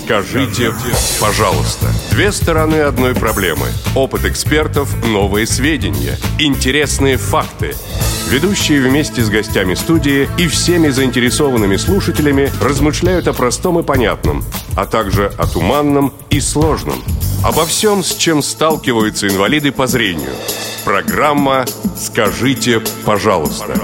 Скажите, пожалуйста. Две стороны одной проблемы. Опыт экспертов, новые сведения, интересные факты. Ведущие вместе с гостями студии и всеми заинтересованными слушателями размышляют о простом и понятном, а также о туманном и сложном. Обо всем, с чем сталкиваются инвалиды по зрению. Программа «Скажите, пожалуйста».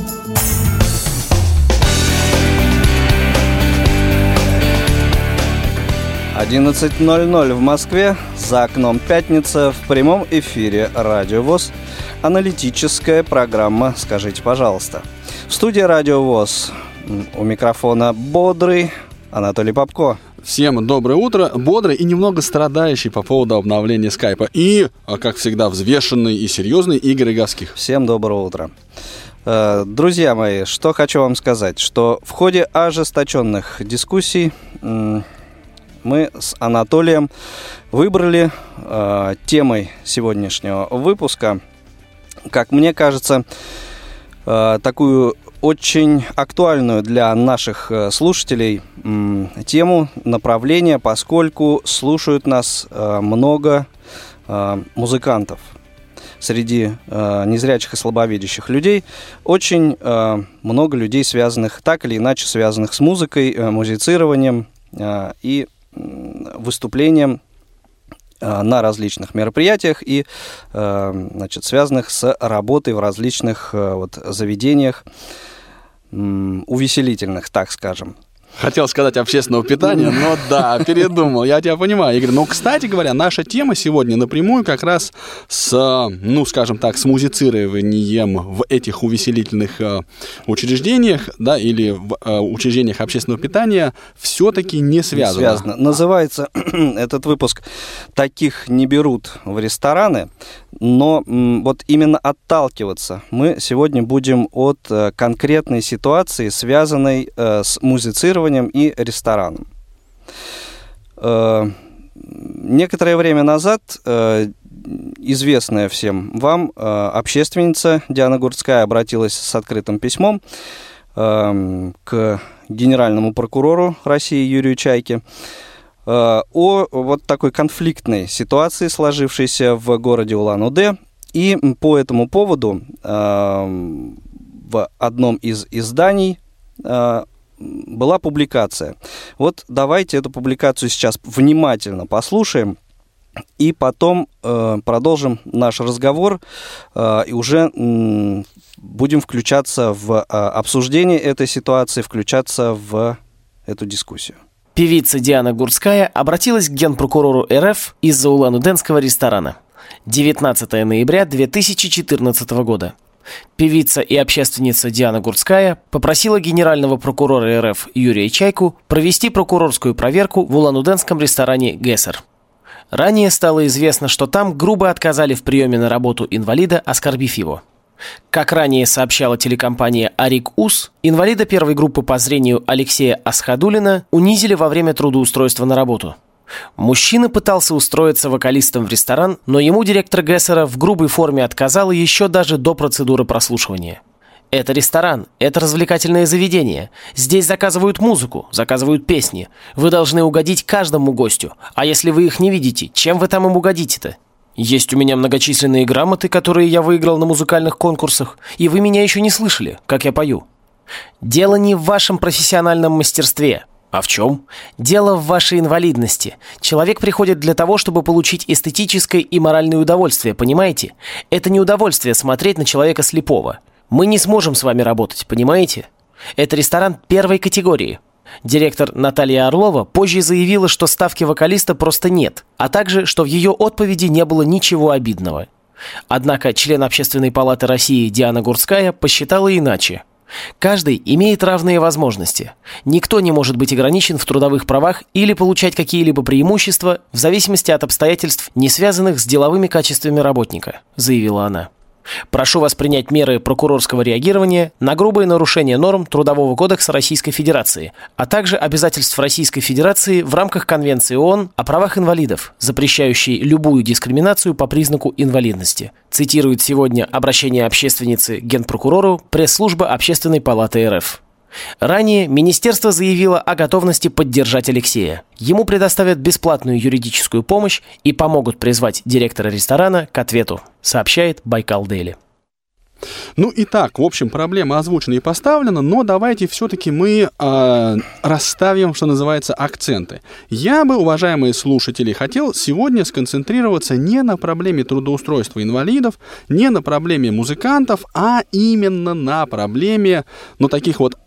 11:00 в Москве, за окном пятница, в прямом эфире Радио ВОС. Аналитическая программа «Скажите, пожалуйста». В студии Радио ВОС у микрофона бодрый Анатолий Попко. Всем доброе утро, бодрый и немного страдающий по поводу обновления скайпа. И, как всегда, взвешенный и серьезный Игорь Иговских. Всем доброго утра. Друзья мои, что хочу вам сказать, что в ходе ожесточенных дискуссий мы с Анатолием выбрали темой сегодняшнего выпуска, как мне кажется, такую очень актуальную для наших слушателей тему, направление, поскольку слушают нас много музыкантов. Среди незрячих и слабовидящих людей очень много людей, связанных, так или иначе связанных с музыкой, музицированием и выступлением на различных мероприятиях и, связанных с работой в различных заведениях увеселительных, так скажем. Хотел сказать общественного питания, но да, передумал, я тебя понимаю, Игорь. Но, кстати говоря, наша тема сегодня напрямую как раз с, с музицированием в этих увеселительных учреждениях, да, или в учреждениях общественного питания все-таки не связано. Называется этот выпуск «Таких не берут в рестораны», но вот именно отталкиваться мы сегодня будем от конкретной ситуации, связанной с музицированием и рестораном. Некоторое время назад известная всем вам общественница Диана Гурцкая обратилась с открытым письмом к генеральному прокурору России Юрию Чайке о вот такой конфликтной ситуации, сложившейся в городе Улан-Удэ. И по этому поводу в одном из изданий была публикация. Вот давайте эту публикацию сейчас внимательно послушаем и потом продолжим наш разговор и уже будем включаться в обсуждение этой ситуации, включаться в эту дискуссию. Певица Диана Гурцкая обратилась к генпрокурору РФ из-за улан-удэнского ресторана. 19 ноября 2014 года. Певица и общественница Диана Гурцкая попросила генерального прокурора РФ Юрия Чайку провести прокурорскую проверку в улан-удэнском ресторане «Гессер». Ранее стало известно, что там грубо отказали в приеме на работу инвалида, оскорбив его. Как ранее сообщала телекомпания «Арик-УС», инвалида первой группы по зрению Алексея Асхадуллина унизили во время трудоустройства на работу. Мужчина пытался устроиться вокалистом в ресторан, но ему директор Гессера в грубой форме отказала еще даже до процедуры прослушивания. Это ресторан, это развлекательное заведение. Здесь заказывают музыку, заказывают песни. Вы должны угодить каждому гостю. А если вы их не видите, чем вы там им угодите-то? Есть у меня многочисленные грамоты, которые я выиграл на музыкальных конкурсах, и вы меня еще не слышали, как я пою. Дело не в вашем профессиональном мастерстве. А в чем? Дело в вашей инвалидности. Человек приходит для того, чтобы получить эстетическое и моральное удовольствие, понимаете? Это не удовольствие смотреть на человека слепого. Мы не сможем с вами работать, понимаете? Это ресторан первой категории. Директор Наталья Орлова позже заявила, что ставки вокалиста просто нет, а также, что в ее отповеди не было ничего обидного. Однако член Общественной палаты России Диана Гурцкая посчитала иначе. Каждый имеет равные возможности. Никто не может быть ограничен в трудовых правах или получать какие-либо преимущества в зависимости от обстоятельств, не связанных с деловыми качествами работника, заявила она. Прошу вас принять меры прокурорского реагирования на грубые нарушения норм Трудового кодекса Российской Федерации, а также обязательств Российской Федерации в рамках Конвенции ООН о правах инвалидов, запрещающей любую дискриминацию по признаку инвалидности, цитирует сегодня обращение общественницы Генпрокурору пресс-служба Общественной палаты РФ. Ранее министерство заявило о готовности поддержать Алексея. Ему предоставят бесплатную юридическую помощь и помогут призвать директора ресторана к ответу, сообщает Байкал Дейли. Ну и так, в общем, проблема озвучена и поставлена, но давайте все-таки мы расставим, что называется, акценты. Я бы, уважаемые слушатели, хотел сегодня сконцентрироваться не на проблеме трудоустройства инвалидов, не на проблеме музыкантов, а именно на проблеме, таких вот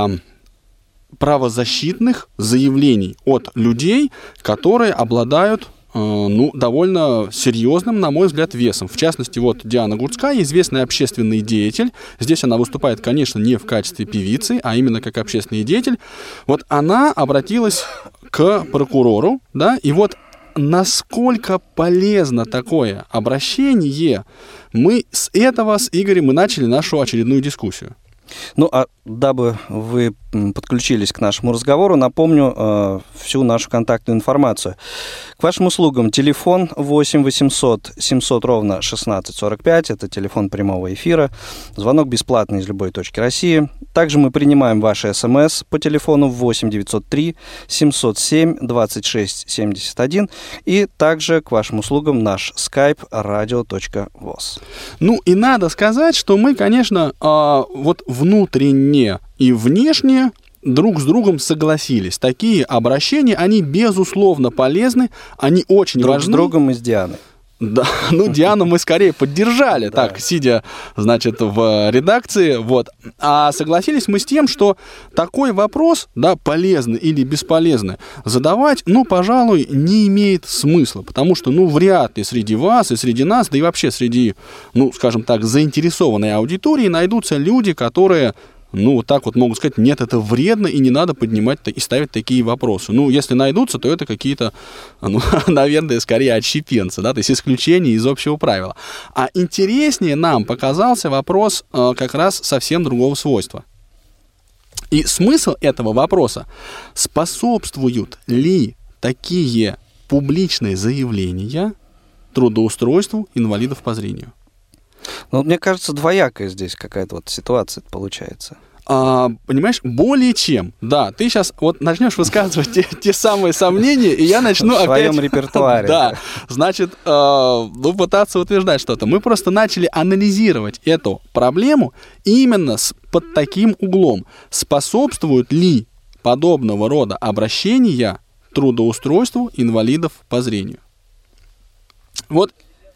правозащитных заявлений от людей, которые обладают довольно серьезным, на мой взгляд, весом. В частности, вот Диана Гурцкая, известный общественный деятель. Здесь она выступает, конечно, не в качестве певицы, а именно как общественный деятель. Вот она обратилась к прокурору, да, и вот насколько полезно такое обращение, мы с этого, с Игорем, мы начали нашу очередную дискуссию. Ну, а дабы вы подключились к нашему разговору, напомню всю нашу контактную информацию. К вашим услугам телефон 8 800 700 ровно 1645, это телефон прямого эфира, звонок бесплатный из любой точки России. Также мы принимаем ваши СМС по телефону 8 903 707 26 71 и также к вашим услугам наш skype radio.voz. Ну и надо сказать, что мы, конечно, вот внутренне и внешне друг с другом согласились. Такие обращения, они безусловно полезны, они очень важны. Друг с другом и с Дианой. Да, Диану мы скорее поддержали, так, сидя, значит, в редакции, вот. А согласились мы с тем, что такой вопрос, да, полезный или бесполезный, задавать, пожалуй, не имеет смысла, потому что, вряд ли среди вас и среди нас, да и вообще среди, скажем так, заинтересованной аудитории найдутся люди, которые... вот так вот могут сказать, нет, это вредно, и не надо поднимать и ставить такие вопросы. Если найдутся, то это какие-то, наверное, скорее отщепенцы, да, то есть исключения из общего правила. А интереснее нам показался вопрос как раз совсем другого свойства. И смысл этого вопроса: способствуют ли такие публичные заявления трудоустройству инвалидов по зрению? Мне кажется, двоякая здесь какая-то вот ситуация получается. Понимаешь, более чем. Да, ты сейчас вот начнешь высказывать те самые сомнения, и я начну опять... В своем репертуаре. Да, значит, пытаться утверждать что-то. Мы просто начали анализировать эту проблему именно под таким углом. Способствуют ли подобного рода обращения трудоустройству инвалидов по зрению? Вот.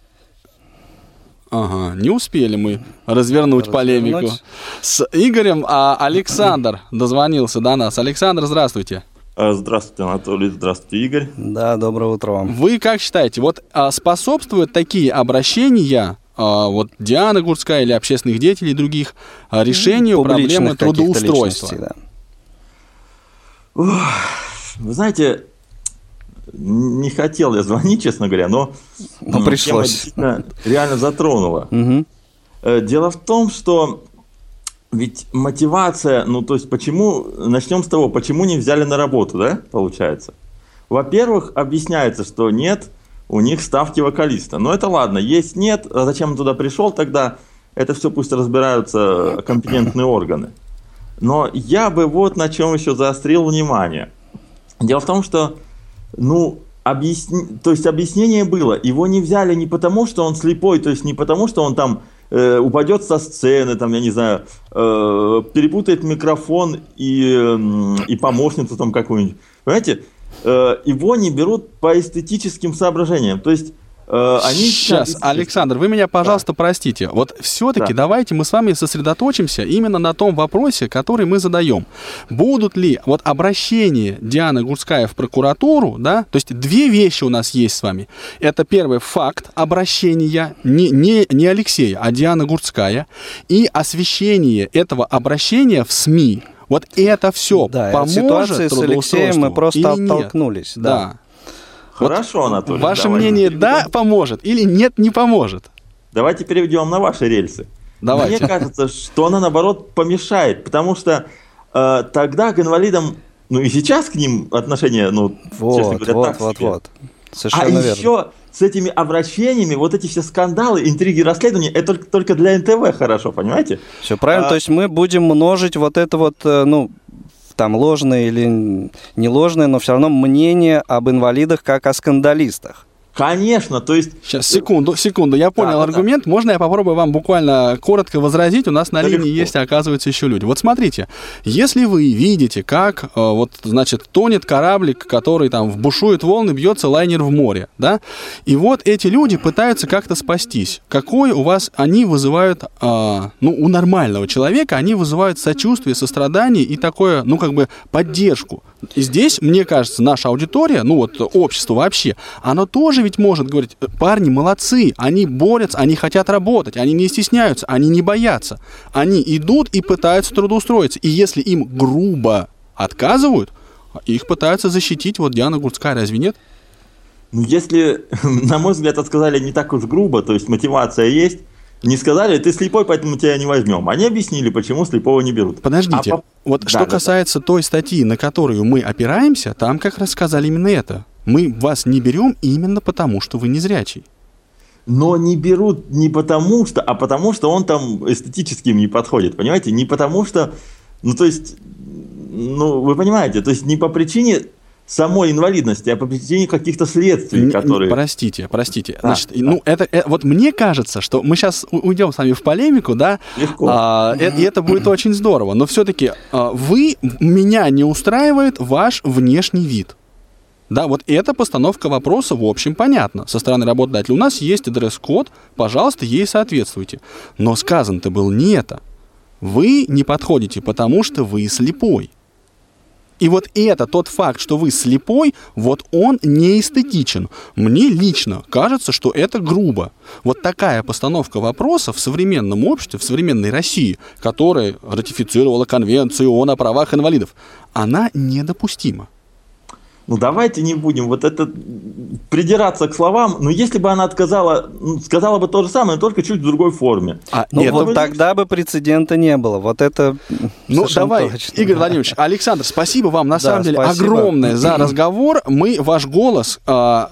Ага, не успели мы развернуть полемику с Игорем, а Александр дозвонился до нас. Александр, здравствуйте. Здравствуйте, Анатолий, здравствуйте, Игорь. Да, доброе утро вам. Вы как считаете, вот способствуют такие обращения, вот Дианы Гурцкая или общественных деятелей других, решению проблемы трудоустройства? Да. Вы знаете... Не хотел я звонить, честно говоря, но пришлось. Тема реально затронула. Дело в том, что ведь мотивация, то есть начнем с того, почему не взяли на работу, да, получается. Во-первых, объясняется, что нет у них ставки вокалиста. Но это ладно, есть нет, а зачем он туда пришел тогда, это все пусть разбираются компетентные органы. Но я бы вот на чем еще заострил внимание. Дело в том, что то есть объяснение было, его не взяли не потому, что он слепой, то есть не потому, что он там упадет со сцены, там, я не знаю, перепутает микрофон и помощницу там какую-нибудь, понимаете, его не берут по эстетическим соображениям, то есть они... Сейчас, Александр, вы меня, пожалуйста, простите. Вот все-таки давайте мы с вами сосредоточимся именно на том вопросе, который мы задаем. Будут ли вот обращения Дианы Гурцкая в прокуратуру, да, то есть две вещи у нас есть с вами. Это первый факт обращения не Алексея, а Дианы Гурцкая, и освещение этого обращения в СМИ. Вот это все поможет ситуации с Алексеем мы просто оттолкнулись. Да. Хорошо, Анатолий. Ваше мнение, поможет или нет, не поможет? Давайте переведем на ваши рельсы. Давайте. Мне кажется, что она, наоборот, помешает, потому что тогда к инвалидам, и сейчас к ним отношение, честно говоря, так себе. Совершенно верно. Еще с этими обращениями, вот эти все скандалы, интриги, расследования, это только для НТВ хорошо, понимаете? Все правильно, то есть мы будем множить вот это вот, там ложное или не ложное, но все равно мнение об инвалидах как о скандалистах. Конечно, то есть... Сейчас, секунду, я понял аргумент. Можно я попробую вам буквально коротко возразить? У нас на линии есть, оказывается, еще люди. Вот смотрите, если вы видите, как, тонет кораблик, который там бушует волны, бьется лайнер в море, да, и вот эти люди пытаются как-то спастись. Какой у вас, они вызывают, у нормального человека, они вызывают сочувствие, сострадание и такое, поддержку. И здесь, мне кажется, наша аудитория, общество вообще, оно тоже ведь может говорить: парни молодцы, они борются, они хотят работать, они не стесняются, они не боятся. Они идут и пытаются трудоустроиться. И если им грубо отказывают, их пытаются защитить. Вот Диана Гурцкая, разве нет? Если, на мой взгляд, отказали не так уж грубо, то есть мотивация есть, не сказали: ты слепой, поэтому тебя не возьмем. Они объяснили, почему слепого не берут. Подождите, что касается той статьи, на которую мы опираемся, там как раз сказали именно это. Мы вас не берем именно потому, что вы незрячий. Но не берут не потому что, а потому что он там эстетически им не подходит, понимаете? Не потому что, вы понимаете, то есть не по причине самой инвалидности, а по причине каких-то следствий, которые... Простите. Значит, вот мне кажется, что мы сейчас уйдем с вами в полемику, да? Легко. И это будет очень здорово. Но все-таки меня не устраивает ваш внешний вид. Да, вот эта постановка вопроса, в общем, понятна. Со стороны работодателя у нас есть дресс-код, пожалуйста, ей соответствуйте. Но сказано-то было не это. Вы не подходите, потому что вы слепой. И вот это, тот факт, что вы слепой, вот он не эстетичен. Мне лично кажется, что это грубо. Вот такая постановка вопроса в современном обществе, в современной России, которая ратифицировала Конвенцию ООН о правах инвалидов, она недопустима. Давайте не будем придираться к словам, но если бы она сказала бы то же самое, но только чуть в другой форме. Тогда бы прецедента не было. Вот это давай, точно. Игорь Владимирович, Александр, спасибо вам на самом деле огромное за разговор. Мы ваш голос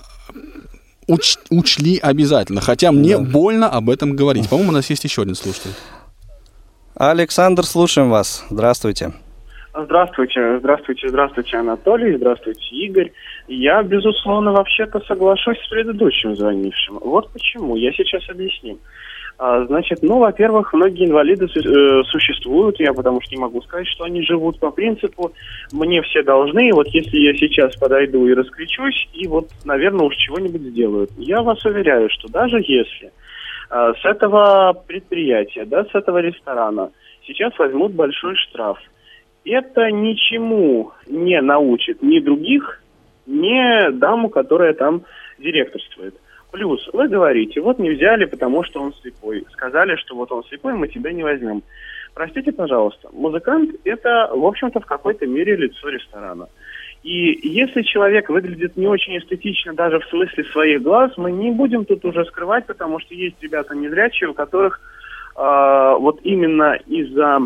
учли обязательно, хотя мне больно об этом говорить. По-моему, у нас есть еще один слушатель. Александр, слушаем вас. Здравствуйте. Здравствуйте, Анатолий, здравствуйте, Игорь. Я, безусловно, вообще-то соглашусь с предыдущим звонившим. Вот почему, я сейчас объясню. Во-первых, многие инвалиды существуют, я потому что не могу сказать, что они живут по принципу «мне все должны», вот если я сейчас подойду и раскричусь, и наверное, уж чего-нибудь сделают. Я вас уверяю, что даже если с этого предприятия, с этого ресторана сейчас возьмут большой штраф, это ничему не научит ни других, ни даму, которая там директорствует. Плюс вы говорите: не взяли, потому что он слепой. Сказали, что он слепой, мы тебя не возьмем. Простите, пожалуйста, музыкант – это, в общем-то, в какой-то мере лицо ресторана. И если человек выглядит не очень эстетично даже в смысле своих глаз, мы не будем тут уже скрывать, потому что есть ребята незрячие, у которых именно из-за...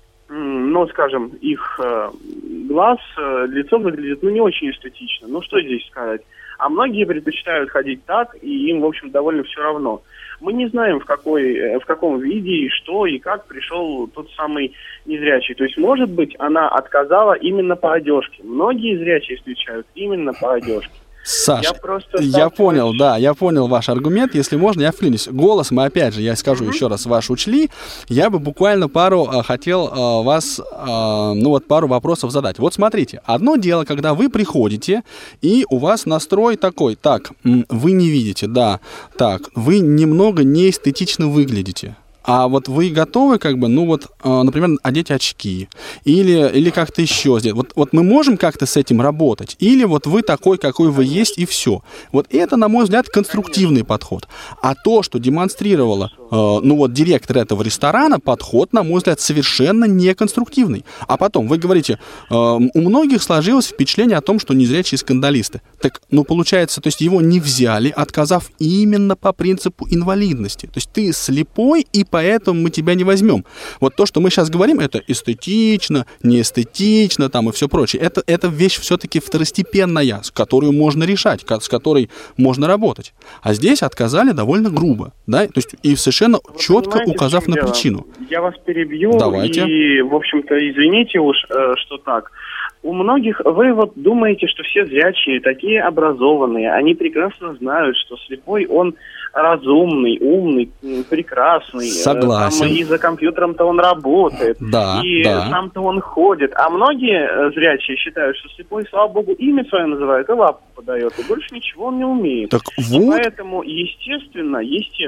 их глаз, лицо выглядит не очень эстетично. Что здесь сказать? А многие предпочитают ходить так, и им, в общем, довольно все равно. Мы не знаем, в каком виде и что, и как пришел тот самый незрячий. То есть, может быть, она отказала именно по одежке. Многие зрячие встречают именно по одежке. Саш, я понял ваш аргумент. Если можно, я вклинюсь. Голос мы, опять же, я скажу еще раз, ваш учли. Я бы буквально хотел вас, пару вопросов задать. Вот смотрите, одно дело, когда вы приходите, и у вас настрой такой: так, вы не видите, да, так, вы немного неэстетично выглядите. А вот вы готовы, например, одеть очки или как-то еще сделать? Вот мы можем как-то с этим работать? Или вы такой, какой вы есть, и все? Вот это, на мой взгляд, конструктивный подход. А то, что демонстрировала, директор этого ресторана, подход, на мой взгляд, совершенно неконструктивный. А потом, вы говорите, у многих сложилось впечатление о том, что незрячие скандалисты. Так, получается, то есть его не взяли, отказав именно по принципу инвалидности. То есть ты слепой, и поэтому мы тебя не возьмем. Вот то, что мы сейчас говорим, это эстетично, неэстетично, там и все прочее. Это вещь все-таки второстепенная, с которой можно решать, с которой можно работать. А здесь отказали довольно грубо, да, то есть и совершенно четко указав на причину. Я вас перебью. Давайте. И, в общем-то, извините уж, что так. У многих, вы вот думаете, что все зрячие, такие образованные, они прекрасно знают, что слепой, он разумный, умный, прекрасный. Согласен. И за компьютером-то он работает. Да, и да. сам-то он ходит. А многие зрячие считают, что слепой, слава богу, имя свое называет и лапу подает. И больше ничего он не умеет. Так вот. Поэтому, естественно,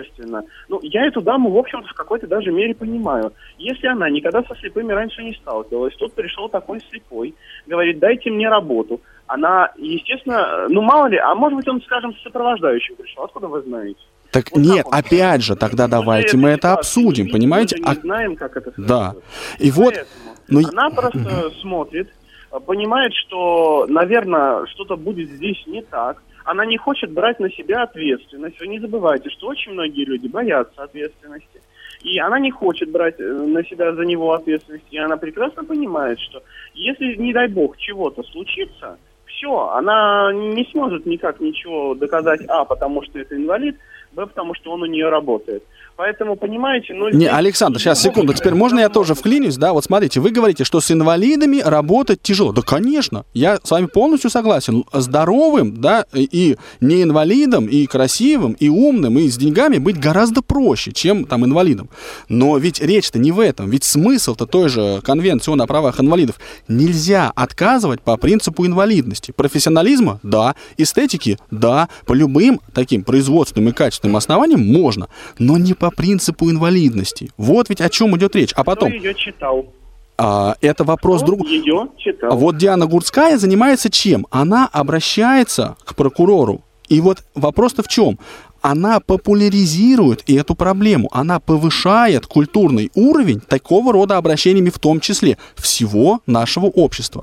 ну, я эту даму, в общем-то, в какой-то даже мере понимаю. Если она никогда со слепыми раньше не сталкивалась, тут пришел такой слепой, говорит, дайте мне работу. Она, естественно, ну, мало ли, а может быть, он, скажем, с сопровождающим пришел. Откуда вы знаете? Так Вот нет, так опять же, тогда давайте мы это обсудим, понимаете? Мы не знаем, как это да. происходит. И вот... Ну, она просто смотрит, понимает, что, наверное, что-то будет здесь не так. Она не хочет брать на себя ответственность. Вы не забывайте, что очень многие люди боятся ответственности. И она не хочет брать на себя за него ответственность. И она прекрасно понимает, что если, не дай бог, чего-то случится, все, она не сможет никак ничего доказать, потому что это инвалид, потому что он у нее работает. Поэтому, понимаете, ну... Не, Александр, сейчас, секунду, теперь можно я тоже вклинюсь, да? Вот смотрите, вы говорите, что с инвалидами работать тяжело. Да, конечно, я с вами полностью согласен. Здоровым, да, и не инвалидом, и красивым, и умным, и с деньгами быть гораздо проще, чем там инвалидом. Но ведь речь-то не в этом. Ведь смысл-то той же Конвенции о правах инвалидов. Нельзя отказывать по принципу инвалидности. Профессионализма – да, эстетики – да, по любым таким производственным и качественным основаниям можно, но не по принципу инвалидности. Вот ведь о чем идет речь. А потом... Кто ее читал? Это вопрос другой. Ее читал. Вот Диана Гурцкая занимается чем? Она обращается к прокурору. И вот вопрос-то в чем? Она популяризирует эту проблему. Она повышает культурный уровень такого рода обращениями, в том числе всего нашего общества.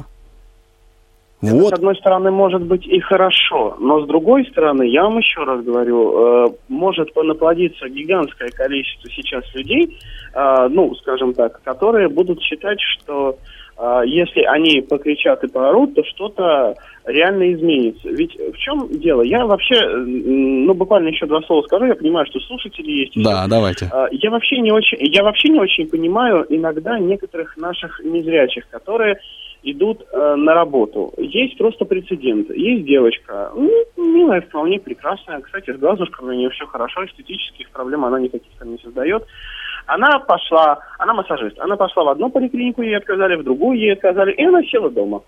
Это, Вот. с одной стороны, может быть и хорошо, но с другой стороны, я вам еще раз говорю, может наплодиться гигантское количество сейчас людей, ну, скажем так, которые будут считать, что если они покричат и поорут, то что-то реально изменится. Ведь в чем дело? Я вообще, ну, буквально еще два слова скажу, я понимаю, что слушатели есть. Да, давайте. Я вообще не очень понимаю иногда некоторых наших незрячих, которые идут на работу. Есть просто прецедент. Есть девочка, милая, вполне прекрасная, кстати, с глазушками у нее все хорошо, эстетических проблем она никаких там не создает. Она массажист, она пошла в одну поликлинику, ей отказали, в другую ей отказали, и она села дома.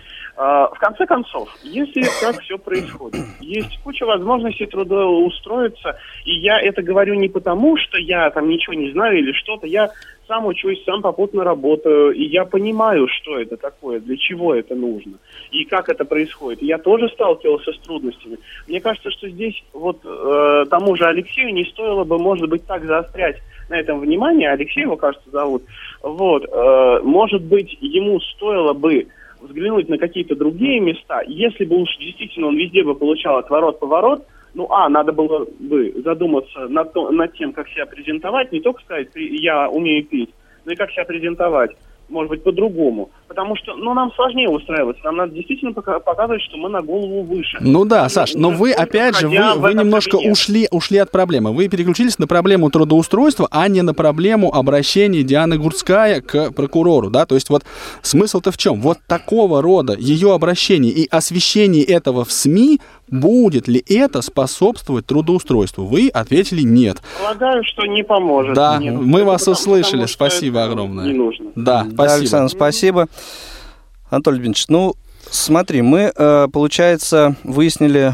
В конце концов, если так все происходит, есть куча возможностей трудоустроиться, и я это говорю не потому, что я там ничего не знаю или что-то, я сам учусь, сам попутно работаю, и я понимаю, что это такое, для чего это нужно, и как это происходит. Я тоже сталкивался с трудностями. Мне кажется, что здесь вот тому же Алексею не стоило бы, может быть, так заострять на этом внимание, Алексей его, кажется, зовут, вот, может быть, ему стоило бы взглянуть на какие-то другие места, если бы уж действительно он везде бы получал отворот-поворот, надо было бы задуматься над тем, как себя презентовать, не только сказать, я умею петь, но и как себя презентовать, может быть, по-другому. Потому что, нам сложнее устраиваться, нам надо действительно показывать, что мы на голову выше. Ну да, Саш, но вы, опять же, вы немножко ушли от проблемы. Вы переключились на проблему трудоустройства, а не на проблему обращения Дианы Гурцкая к прокурору, да? То есть вот смысл-то в чем? Вот такого рода ее обращение и освещение этого в СМИ, будет ли это способствовать трудоустройству? Вы ответили нет. Полагаю, что не поможет. Да, нет. мы вас услышали. Спасибо огромное. Не нужно. Да, Да, спасибо. Александр, спасибо. Анатолий Дмитриевич, смотри, мы, получается, выяснили,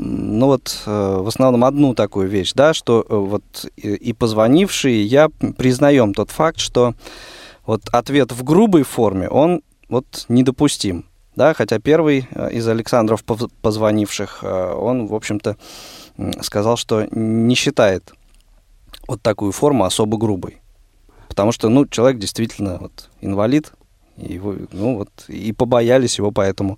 в основном одну такую вещь, да, что вот и позвонивший, и я признаем тот факт, что вот ответ в грубой форме, он вот недопустим, да, хотя первый из Александров позвонивших, он, в общем-то, сказал, что не считает вот такую форму особо грубой, потому что, человек действительно вот инвалид, и побоялись его поэтому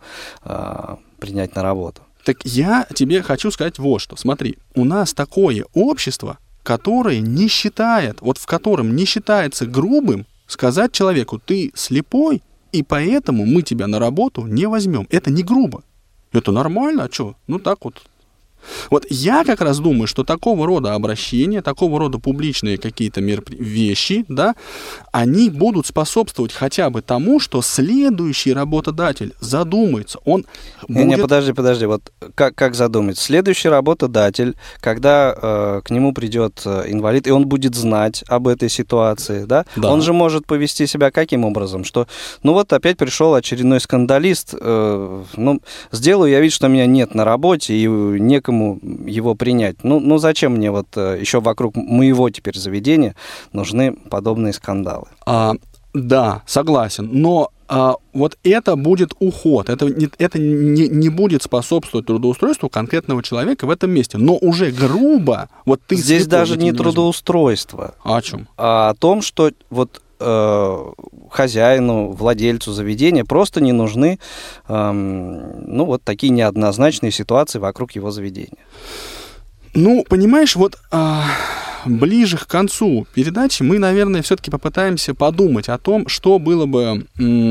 принять на работу. Так я тебе хочу сказать вот что. Смотри, у нас такое общество, которое не считает, вот в котором не считается грубым сказать человеку: ты слепой, и поэтому мы тебя на работу не возьмем. Это не грубо. Это нормально, а что? Ну так вот. Вот я как раз думаю, что такого рода обращения, такого рода публичные какие-то вещи, да, они будут способствовать хотя бы тому, что следующий работодатель задумается. Он будет... Подожди, вот как задумается? Следующий работодатель, когда к нему придет инвалид, и он будет знать об этой ситуации, да? Он же может повести себя каким образом? Что, ну вот опять пришел очередной скандалист, сделаю я вид, что меня нет на работе, и некому его принять. Ну зачем мне вот еще вокруг моего теперь заведения нужны подобные скандалы? Да, согласен. Но вот это будет уход. Это не будет способствовать трудоустройству конкретного человека в этом месте. Но уже грубо... Вот ты здесь даже не трудоустройство. А о чем? А о том, что вот хозяину, владельцу заведения просто не нужны вот такие неоднозначные ситуации вокруг его заведения. Ну, понимаешь, вот ближе к концу передачи мы, наверное, все-таки попытаемся подумать о том, что было бы,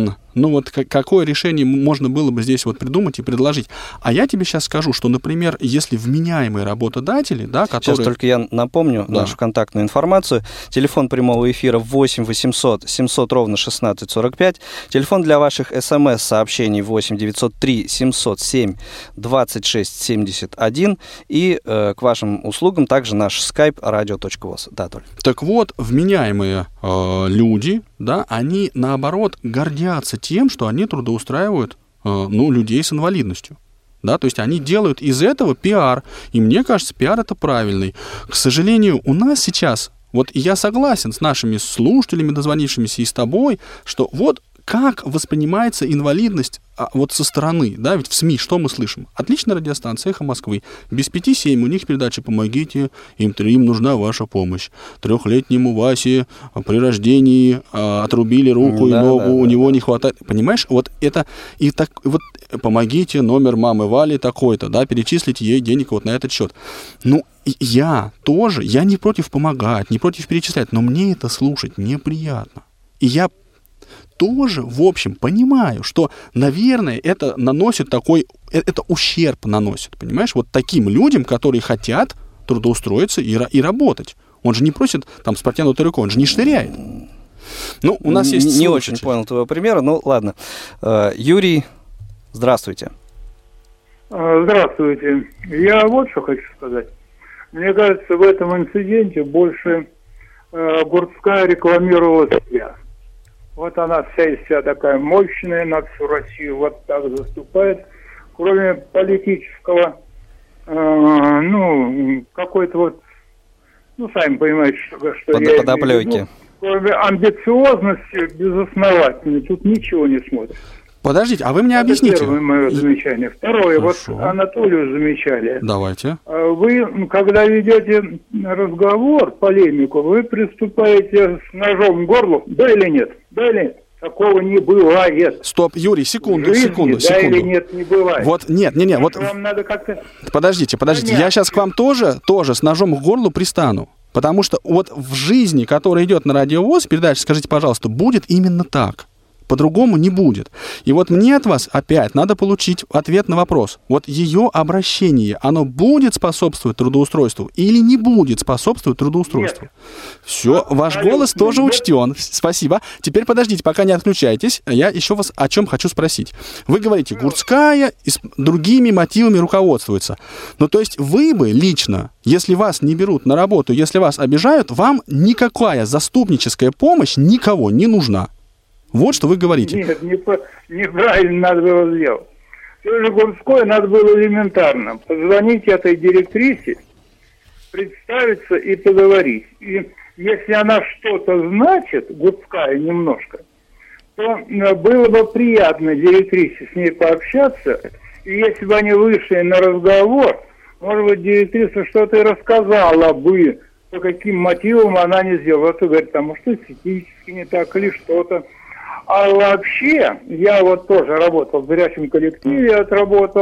какое решение можно было бы здесь вот придумать и предложить. А я тебе сейчас скажу, что, например, если вменяемые работодатели, да, которые... Сейчас только я напомню нашу контактную информацию. Телефон прямого эфира 8 800 700 ровно 1645. Телефон для ваших смс-сообщений 8 903 707 26 71. И к вашим услугам также наш skype radio.voz. Да, Толь. Так вот, вменяемые люди, да, они, наоборот, гордятся тем, что они трудоустраивают людей с инвалидностью. Да, то есть они делают из этого пиар. И мне кажется, пиар это правильный. К сожалению, у нас сейчас, вот я согласен с нашими слушателями, дозвонившимися и с тобой, что вот как воспринимается инвалидность вот со стороны, да, ведь в СМИ что мы слышим? Отличная радиостанция «Эхо Москвы». Без 5-7 у них передача «Помогите, им нужна ваша помощь». 3-летнему Васе при рождении отрубили руку и ногу, у него не хватает. Понимаешь, вот это, и так вот, помогите, номер мамы Вали такой-то, да, перечислите ей денег вот на этот счет. Ну, я не против помогать, не против перечислять, но мне это слушать неприятно. И я тоже, в общем, понимаю, что, наверное, это наносит это ущерб наносит, понимаешь, вот таким людям, которые хотят трудоустроиться и работать. Он же не просит там с протянутой рукой, он же не штыряет. Ну, у нас есть не очень понял твоего примера, ну, ладно. Юрий, здравствуйте. Здравствуйте. Я вот что хочу сказать. Мне кажется, в этом инциденте больше Гурцкая рекламировала себя. Вот она вся из себя такая мощная, на всю Россию вот так заступает. Кроме политического, какой-то вот, сами понимаете, что я имею в виду. Кроме амбициозности безосновательной, тут ничего не смотрит. Подождите, а вы мне объясните. Это первое мое замечание. Второе, Хорошо. Вот Анатолию замечали. Давайте. Вы, когда ведете разговор, полемику, вы приступаете с ножом к горлу, да или нет? Да или нет? Такого не бывает. Стоп, Юрий, секунду. Да или нет, не бывает. Вот, нет, вот. Вам надо как-то... Подождите, я сейчас к вам тоже с ножом к горлу пристану. Потому что вот в жизни, которая идет на Радио ВОС, передача, скажите, пожалуйста, будет именно так. По-другому не будет. И вот мне от вас опять надо получить ответ на вопрос. Вот ее обращение, оно будет способствовать трудоустройству или не будет способствовать трудоустройству? Нет. Все, ваш голос тоже учтен. Спасибо. Теперь подождите, пока не отключайтесь. Я еще вас о чем хочу спросить. Вы говорите, Гурцкая и с другими мотивами руководствуется. Ну, то есть вы бы лично, если вас не берут на работу, если вас обижают, вам никакая заступническая помощь никого не нужна. Вот что вы говорите. Нет, неправильно надо было сделать. Все же Гурцкой надо было элементарно позвонить этой директрисе, представиться и поговорить. И если она что-то значит, Гурцкая немножко, то было бы приятно директрисе с ней пообщаться. И если бы они вышли на разговор, может быть, директриса что-то и рассказала бы, по каким мотивам она не сделала. Вот говорит, потому что эстетически не так или что-то. А вообще, я вот тоже работал в горячем коллективе, отработал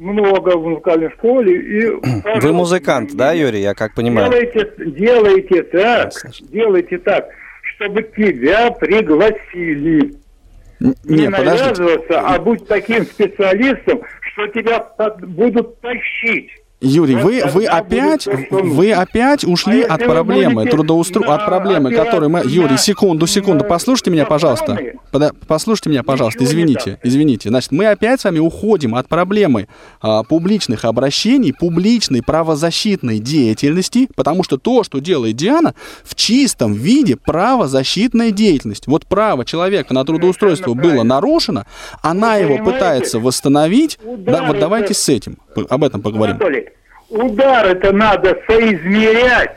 много в музыкальной школе. И, вы музыкант, да, Юрий, я как понимаю? Делайте так, чтобы тебя пригласили. Не навязываться, а будь таким специалистом, что тебя будут тащить. Юрий, вы опять ушли от проблемы от проблемы, которую мы... Юрий, секунду, послушайте меня, пожалуйста. Послушайте меня, пожалуйста, извините. Значит, мы опять с вами уходим от проблемы публичных обращений, публичной правозащитной деятельности, потому что то, что делает Диана, в чистом виде правозащитная деятельность. Вот право человека на трудоустройство было нарушено, она его пытается восстановить. Да, вот давайте об этом поговорим. Удар-то надо соизмерять.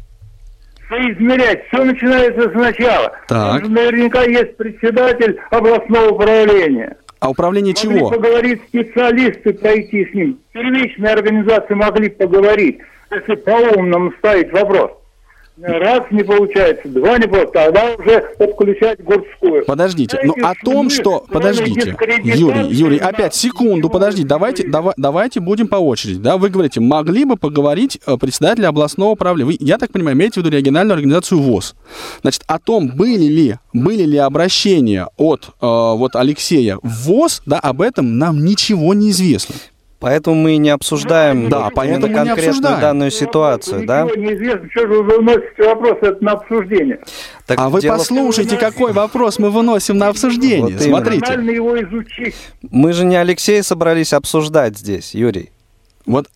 Все начинается сначала. Так. Наверняка есть председатель областного управления. А управление чего? Могли поговорить специалисты, пройти с ним. Первичные организации могли поговорить, если по-умному ставить вопрос. Раз не получается, два не получается, тогда уже подключать Гурскую. Подождите, о том, что... Подождите, Юрий, опять, секунду, подождите, давайте будем по очереди, да, вы говорите, могли бы поговорить председатели областного управления, вы, я так понимаю, имеете в виду региональную организацию ВОС. Значит, о том, были ли обращения от Алексея в ВОС, да, об этом нам ничего не известно. Поэтому мы не обсуждаем именно конкретную данную ситуацию, да? Ничего неизвестно, что же вы выносите вопрос это на обсуждение. Так вы послушайте, какой вопрос мы выносим на обсуждение. Вот смотрите. Его изучить. Мы же не Алексея собрались обсуждать здесь, Юрий. Вы,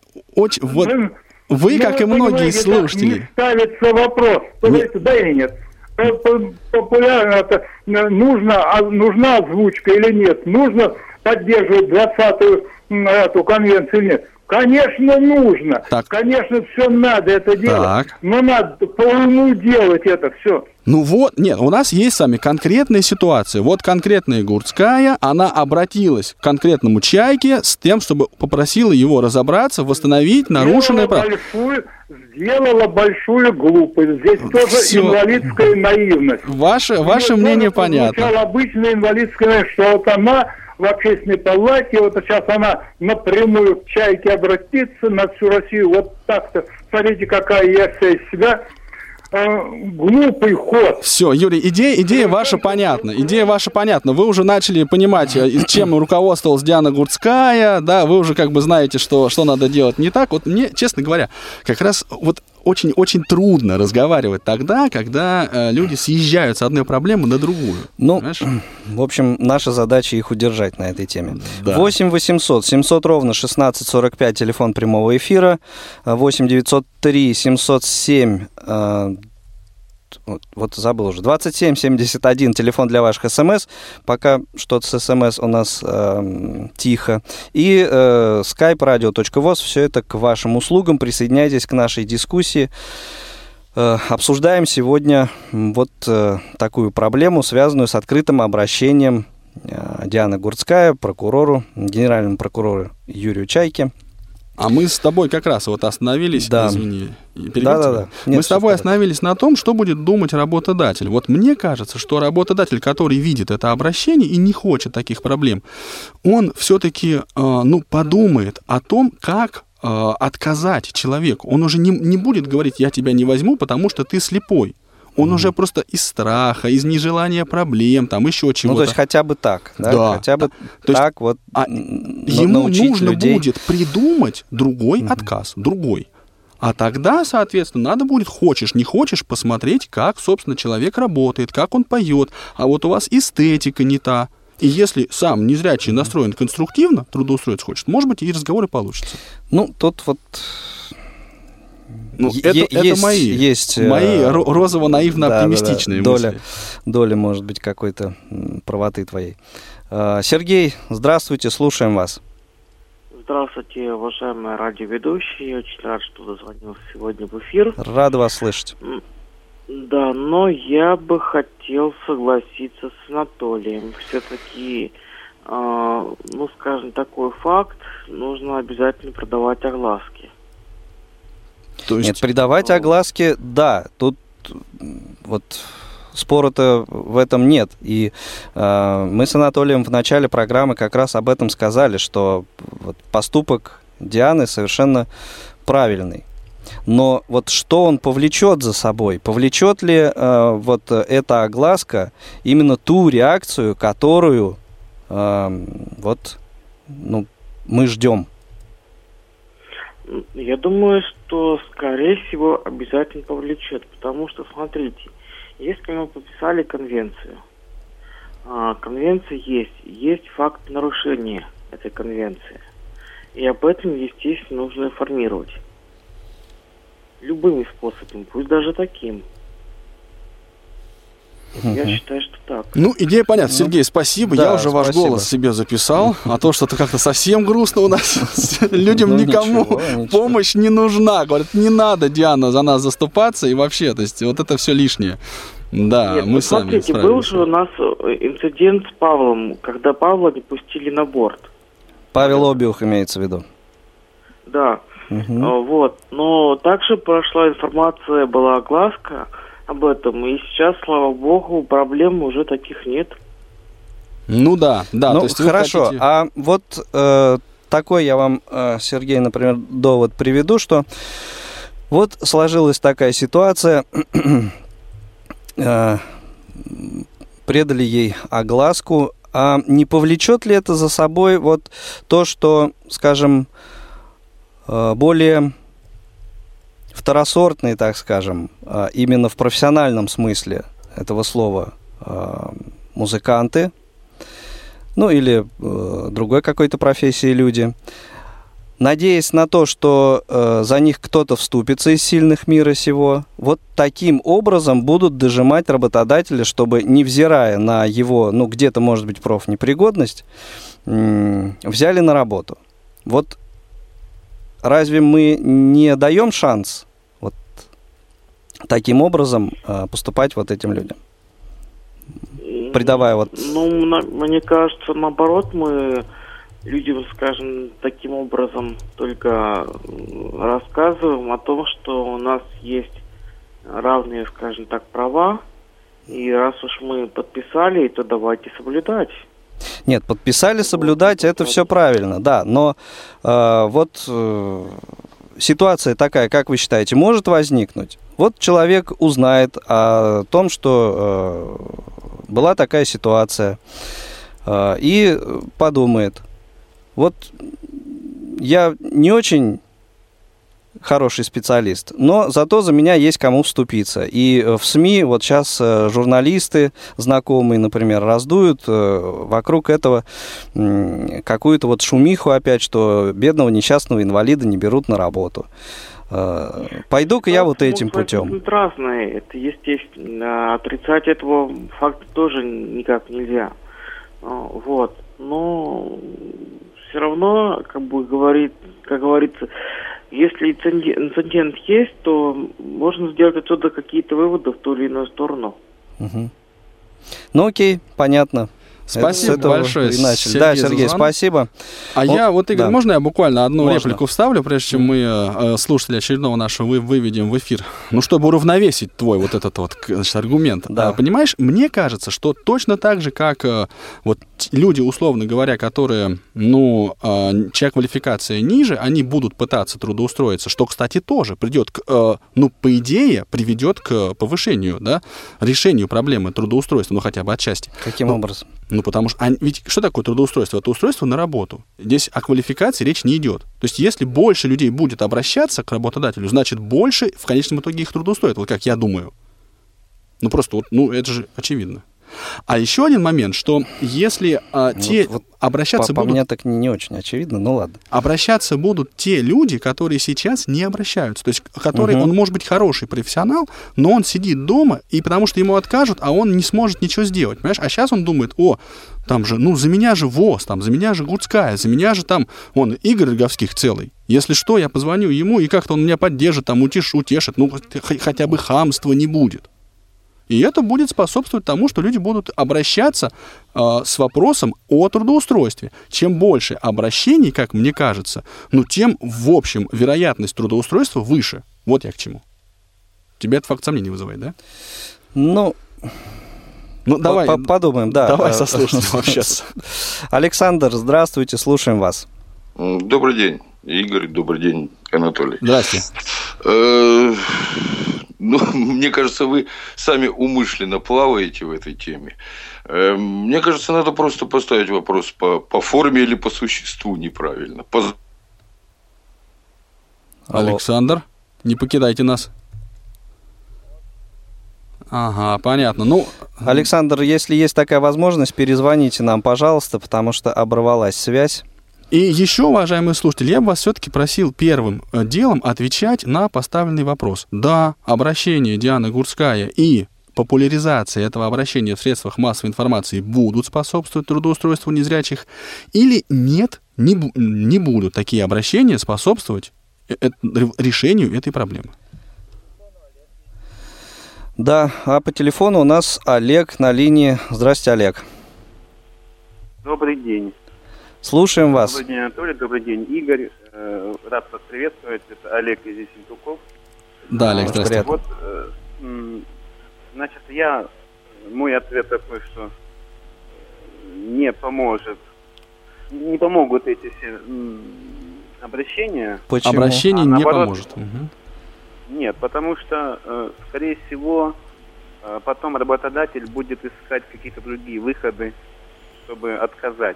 как и многие слушатели... Не ставится вопрос, да или нет. Популярно это, нужна озвучка или нет, нужно поддерживать 20-ю эту конвенцию или нет. Конечно, нужно. Так. Конечно, все надо это делать. Так. Но надо по-уму делать это все. У нас есть с вами конкретная ситуация. Вот конкретная Гурская, она обратилась к конкретному Чайке с тем, чтобы попросила его разобраться, восстановить нарушенное право. Сделала большую глупость. Здесь тоже инвалидская наивность. Ваше мнение понятно. Сначала обычная инвалидская наивность, что вот она в общественной палате, вот сейчас она напрямую к Чайке обратится на всю Россию. Вот так-то, смотрите, какая я вся из себя. Глупый ход. Все, Юрий, идея ваша понятна. Вы уже начали понимать, чем руководствовалась Диана Гурская, да, вы уже как бы знаете, что надо делать не так. Вот мне, честно говоря, как раз вот очень трудно разговаривать тогда, когда люди съезжают с одной проблемы на другую. В общем, наша задача их удержать на этой теме. Да. 8 800 700 ровно 1645, телефон прямого эфира. 8 903 707 забыл уже. 2771, телефон для ваших смс. Пока что-то с смс у нас тихо. И skype radio.voz. Все это к вашим услугам. Присоединяйтесь к нашей дискуссии. Обсуждаем сегодня такую проблему, связанную с открытым обращением Дианы Гурская, генеральному прокурору Юрию Чайке. А мы с тобой как раз остановились, извини, Да. Мы с тобой остановились на том, что будет думать работодатель. Вот мне кажется, что работодатель, который видит это обращение и не хочет таких проблем, он все-таки подумает о том, как отказать человеку. Он уже не будет говорить: я тебя не возьму, потому что ты слепой. Он уже просто из страха, из нежелания проблем, там еще чего-то. То есть хотя бы так, да? Да. Хотя бы то так ему нужно людей. Будет придумать другой отказ, другой. А тогда, соответственно, надо будет, хочешь, не хочешь, посмотреть, как, собственно, человек работает, как он поет. А вот у вас эстетика не та. И если сам незрячий настроен конструктивно, трудоустроиться хочет, может быть, и разговоры получатся. Тут это мои розово-наивно-оптимистичные мысли. Доля, может быть, какой-то правоты твоей. Сергей, здравствуйте, слушаем вас. Здравствуйте, уважаемые радиоведущие. Я очень рад, что дозвонился сегодня в эфир. Рад вас слышать. Да, но я бы хотел согласиться с Анатолием. Все-таки, скажем, такой факт нужно обязательно продавать огласки. Нет, придавать огласке, да. Тут спора-то в этом нет. И мы с Анатолием в начале программы как раз об этом сказали, что вот поступок Дианы совершенно правильный. Но вот что он повлечет за собой? Повлечет ли вот эта огласка именно ту реакцию, которую вот, ну, мы ждем? Я думаю, что, скорее всего, обязательно повлечет. Потому что, смотрите, если мы подписали конвенцию, конвенция есть факт нарушения этой конвенции. И об этом, естественно, нужно информировать. Любыми способами, пусть даже таким. Я считаю, что так. Ну, идея понятна. Сергей, спасибо. Да, я уже ваш голос себе записал. А то что-то как-то совсем грустно у нас. Людям никому помощь не нужна. Говорят, не надо, Диана, за нас заступаться. И вообще, то есть, вот это все лишнее. Да, нет, мы сами смотрите, был же у нас инцидент с Павлом, когда Павла не пустили на борт. Павел Обиух имеется в виду. Да. Вот. Но также прошла информация, была огласка об этом, и сейчас, слава богу, проблем уже таких нет. Ну да. Ну, то есть хорошо, хотите... а вот такой я вам, Сергей, например, довод приведу, что вот сложилась такая ситуация, предали ей огласку, а не повлечет ли это за собой вот то, что, скажем, более второсортные, так скажем, именно в профессиональном смысле этого слова музыканты, ну или другой какой-то профессии люди, надеясь на то, что за них кто-то вступится из сильных мира сего, вот таким образом будут дожимать работодателя, чтобы, невзирая на его, ну где-то, может быть, профнепригодность, взяли на работу. Вот разве мы не даем шанс вот таким образом поступать вот этим людям? Придавая вот... Ну, мне кажется, наоборот, мы людям, скажем, таким образом только рассказываем о том, что у нас есть равные, скажем так, права, и раз уж мы подписали, то давайте соблюдать. Нет, подписали, соблюдать, это все правильно, да, но ситуация такая, как вы считаете, может возникнуть? Вот человек узнает о том, что была такая ситуация, и подумает, вот я не очень хороший специалист, но зато за меня есть кому вступиться. И в СМИ вот сейчас журналисты, знакомые, например, раздуют вокруг этого какую-то вот шумиху опять, что бедного несчастного инвалида не берут на работу. Пойду-ка я вот этим путем. Разные, это естественно. Отрицать этого факта тоже никак нельзя. Вот. Но все равно, как говорится, если инцидент есть, то можно сделать отсюда какие-то выводы в ту или иную сторону. Угу. Ну окей, понятно. Спасибо большое, Сергей. Да, Сергей, спасибо. Я, Игорь, да. можно я буквально одну Можно. реплику вставлю, прежде чем мы слушателя очередного нашего выведем в эфир? Ну, чтобы уравновесить твой вот этот вот, значит, аргумент. Да. Понимаешь, мне кажется, что точно так же, как вот люди, условно говоря, которые, чья квалификация ниже, они будут пытаться трудоустроиться, что, кстати, тоже придет к, по идее, приведет к повышению, да, решению проблемы трудоустройства, хотя бы отчасти. Каким образом? Потому что, ведь что такое трудоустройство? Это устройство на работу. Здесь о квалификации речь не идет. То есть, если больше людей будет обращаться к работодателю, значит, больше в конечном итоге их трудоустроит, вот как я думаю. Это же очевидно. А еще один момент, что если обращаться будут... По мне так не очень очевидно, ну ладно. Обращаться будут те люди, которые сейчас не обращаются. То есть, он может быть хороший профессионал, но он сидит дома, и потому что ему откажут, а он не сможет ничего сделать. Понимаешь? А сейчас он думает, там же, за меня же ВОЗ, там, за меня же Гурцкая, за меня же там, Игорь Роговских целый. Если что, я позвоню ему, и как-то он меня поддержит, там, утешит, хотя бы хамства не будет. И это будет способствовать тому, что люди будут обращаться с вопросом о трудоустройстве. Чем больше обращений, как мне кажется, тем, в общем, вероятность трудоустройства выше. Вот я к чему. Тебя этот факт сомнений вызывает, да? Ну, давай. Подумаем, да. Давай со слушателем общаться. Александр, здравствуйте, слушаем вас. Добрый день, Игорь, добрый день, Анатолий. Здравствуйте. Ну, мне кажется, вы сами умышленно плаваете в этой теме. Мне кажется, надо просто поставить вопрос по форме или по существу неправильно. Александр, не покидайте нас. Ага, понятно. Ну, Александр, если есть такая возможность, перезвоните нам, пожалуйста, потому что оборвалась связь. И еще, уважаемые слушатели, я бы вас все-таки просил первым делом отвечать на поставленный вопрос. Да, обращение Дианы Гурцкая и популяризация этого обращения в средствах массовой информации будут способствовать трудоустройству незрячих, или нет, не будут такие обращения способствовать решению этой проблемы. Да, а по телефону у нас Олег на линии. Здравствуйте, Олег. Добрый день. Слушаем вас. Добрый день, Анатолий, добрый день, Игорь. Рад вас приветствовать. Это Олег из Ессентуков. Да, Олег, здравствуйте. Вот, значит, мой ответ такой, что не помогут эти все обращения. Почему? Обращение не поможет. Нет, потому что, скорее всего, потом работодатель будет искать какие-то другие выходы, чтобы отказать.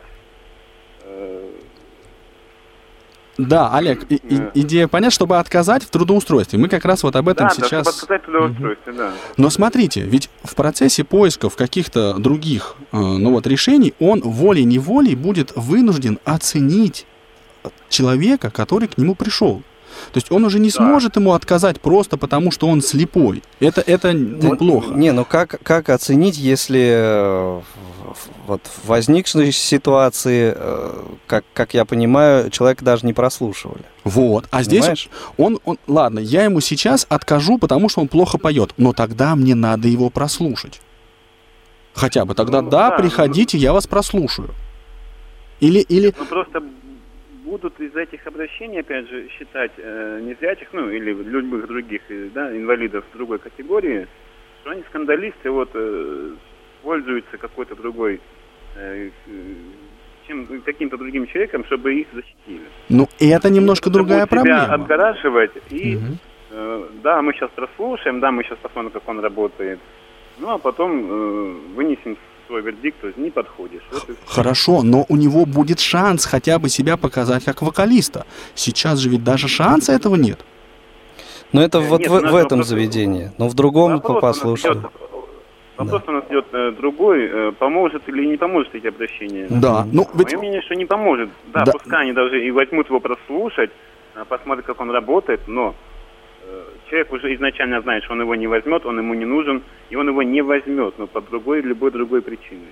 Да, Олег, идея понятна, чтобы отказать в трудоустройстве. Мы как раз вот об этом сейчас... Да, чтобы отказать в трудоустройстве, да. Но смотрите, ведь в процессе поисков каких-то других решений он волей-неволей будет вынужден оценить человека, который к нему пришел. То есть он уже не сможет ему отказать просто потому, что он слепой. Это плохо. Не, ну как оценить, если вот в возникшей ситуации, как я понимаю, человека даже не прослушивали. Вот, а здесь он, ладно, я ему сейчас откажу, потому что он плохо поет, но тогда мне надо его прослушать. Хотя бы тогда, приходите, я вас прослушаю. Или... Ну, просто будут из этих обращений, опять же, считать незрячих, или любых других, инвалидов другой категории, что они скандалисты, пользуются какой-то другой, каким-то другим человеком, чтобы их защитили. Ну, это немножко другая проблема. Себя отгораживать и, да, мы сейчас прослушаем, да, мы сейчас посмотрим, как он работает, а потом вынесем свой вердикт, то есть не подходишь. Хорошо, но у него будет шанс хотя бы себя показать как вокалиста. Сейчас же ведь даже шанса этого нет. Но это в этом заведении, но в другом послушаю. Вопрос у нас идет другой, поможет или не поможет эти обращения. Да, Мое мнение, что не поможет. Да, пускай они даже и возьмут его прослушать, посмотрят, как он работает, но человек уже изначально знает, что он его не возьмет, он ему не нужен, и он его не возьмет, но по любой другой причине.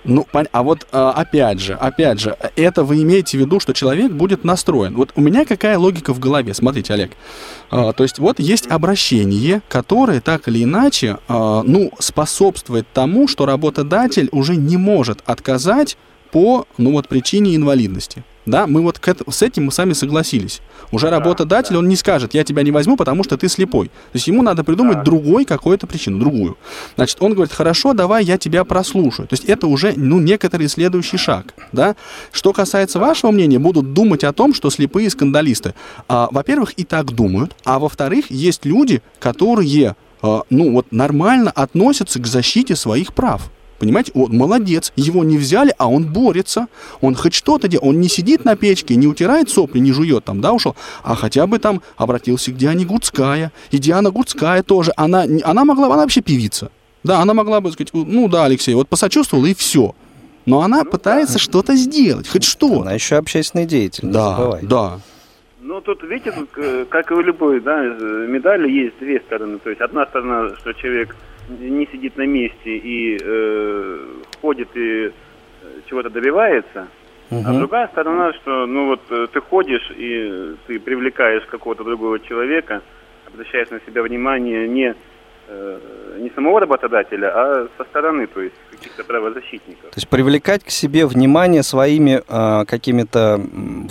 А вот опять же, это вы имеете в виду, что человек будет настроен. Вот у меня какая логика в голове? Смотрите, Олег. То есть вот есть обращение, которое так или иначе, способствует тому, что работодатель уже не может отказать по, причине инвалидности. Да, мы с этим мы сами согласились. Уже работодатель, он не скажет, я тебя не возьму, потому что ты слепой. То есть ему надо придумать другую какую-то причину, другую. Значит, он говорит, хорошо, давай я тебя прослушаю. То есть это уже, некоторый следующий шаг. Да? Что касается вашего мнения, будут думать о том, что слепые скандалисты. Во-первых, и так думают. А во-вторых, есть люди, которые, нормально относятся к защите своих прав. Понимаете, он молодец, его не взяли, а он борется, он хоть что-то делает, он не сидит на печке, не утирает сопли, не жует ушел, а хотя бы там обратился к Диане Гурцкая, и Диана Гурцкая тоже, она вообще певица, да, она могла бы сказать, да, Алексей, посочувствовала и все, но она пытается что-то сделать, хоть что. Она еще общественный деятель, не забывай. Да. Тут, видите, как и у любой, медали есть две стороны, то есть одна сторона, что человек не сидит на месте и ходит и чего-то добивается, а другая сторона, что ты ходишь и ты привлекаешь какого-то другого человека, обращаешь на себя внимание не самого работодателя, а со стороны, то есть каких-то правозащитников. То есть привлекать к себе внимание своими какими-то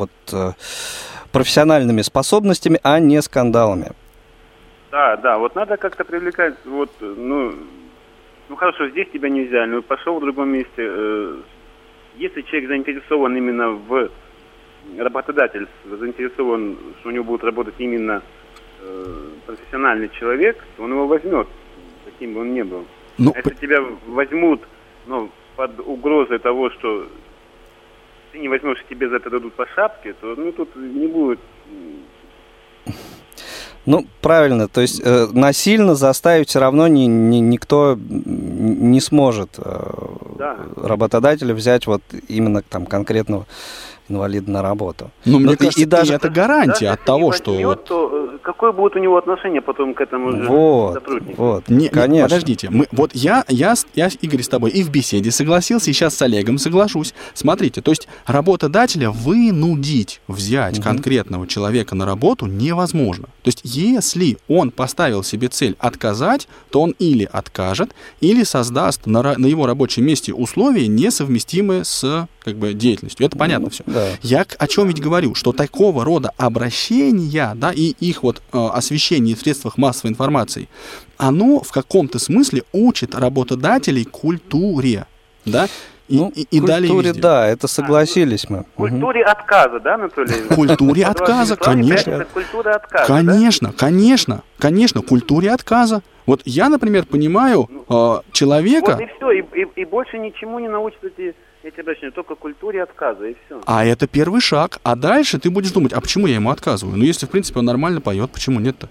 профессиональными способностями, а не скандалами. Да, надо как-то привлекать, ну хорошо, здесь тебя не взяли, но пошел в другом месте. Если человек заинтересован именно работодатель заинтересован, что у него будет работать именно профессиональный человек, то он его возьмет, каким бы он ни был. Ну, если тебя возьмут, под угрозой того, что ты не возьмешь, и тебе за это дадут по шапке, то тут не будет. Ну, правильно, то есть насильно заставить все равно никто не сможет работодателя взять вот именно там конкретного инвалида на работу. Ну, мне кажется, даже это гарантия от того, что... Возьмет, то какое будет у него отношение потом к этому же сотруднику? Вот, конечно. Подождите, я, Игорь, с тобой и в беседе согласился, и сейчас с Олегом соглашусь. Смотрите, то есть работодателя вынудить взять конкретного человека на работу невозможно. То есть если он поставил себе цель отказать, то он или откажет, или создаст на его рабочем месте условия, несовместимые с деятельностью. Это понятно все. Да. Я о чем ведь говорю, что такого рода обращения, да, и их освещение в средствах массовой информации, оно в каком-то смысле учит работодателей культуре, да, и далее культуре, везде. Да, это согласились мы. Культуре отказа, да, Анатолий? Культуре отказа, конечно. Культура отказа, конечно, культуре отказа. Вот я, например, понимаю человека... Вот и все, и больше ничему не научат эти обращения, только культуре отказа, и все. А это первый шаг. А дальше ты будешь думать, а почему я ему отказываю? Ну, если, в принципе, он нормально поет, почему нет-то?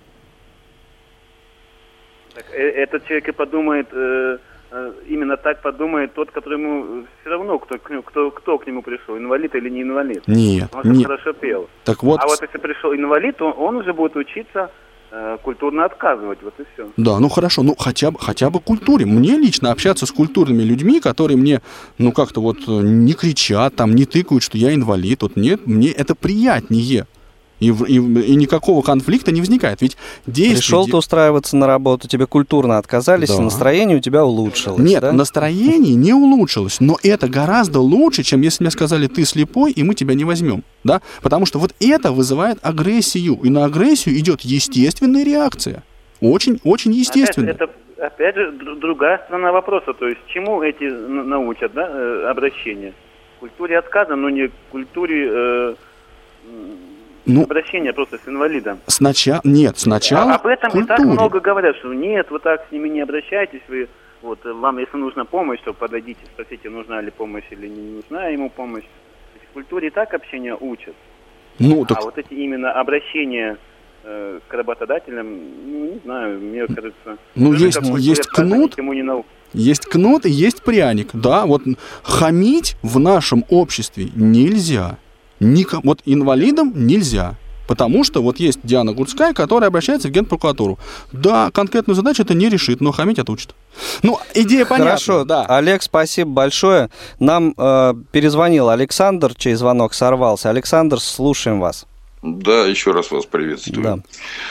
Так, этот человек и подумает... Именно так подумает тот, которому все равно, кто к нему пришел, инвалид или не инвалид. Нет, он же хорошо пел. Так вот... А вот если пришел инвалид, то он уже будет учиться культурно отказывать, вот и все. Да, ну хорошо, хотя бы культуре. Мне лично общаться с культурными людьми, которые мне, как-то не кричат, не тыкают, что я инвалид, нет, мне это приятнее. И никакого конфликта не возникает. Ведь пришел ты устраиваться на работу, тебе культурно отказались, и настроение у тебя улучшилось. Нет, настроение не улучшилось, но это гораздо лучше, чем если мне сказали, ты слепой, и мы тебя не возьмем. Да? Потому что это вызывает агрессию, и на агрессию идет естественная реакция. Очень, очень естественная. Опять же, другая сторона вопроса, то есть чему эти научат, да, обращения? Культуре отказа, но не культуре... обращение просто с инвалидом. Сначала об этом культуре. И так много говорят, что нет, вы так с ними не обращайтесь, вам, если нужна помощь, то подойдите, спросите, нужна ли помощь или не нужна ему помощь. В культуре и так общение учат. А вот эти именно обращения к работодателям, не знаю, мне кажется... есть кнут, есть кнут и есть пряник, да, хамить в нашем обществе нельзя. Инвалидам нельзя. Потому что есть Диана Гурцкая, которая обращается в Генпрокуратуру. Да, конкретную задачу это не решит, но хамить отучит. Идея понятна. Хорошо, да. Олег, спасибо большое. Нам перезвонил Александр, чей звонок сорвался. Александр, слушаем вас. Да, еще раз вас приветствую. Да.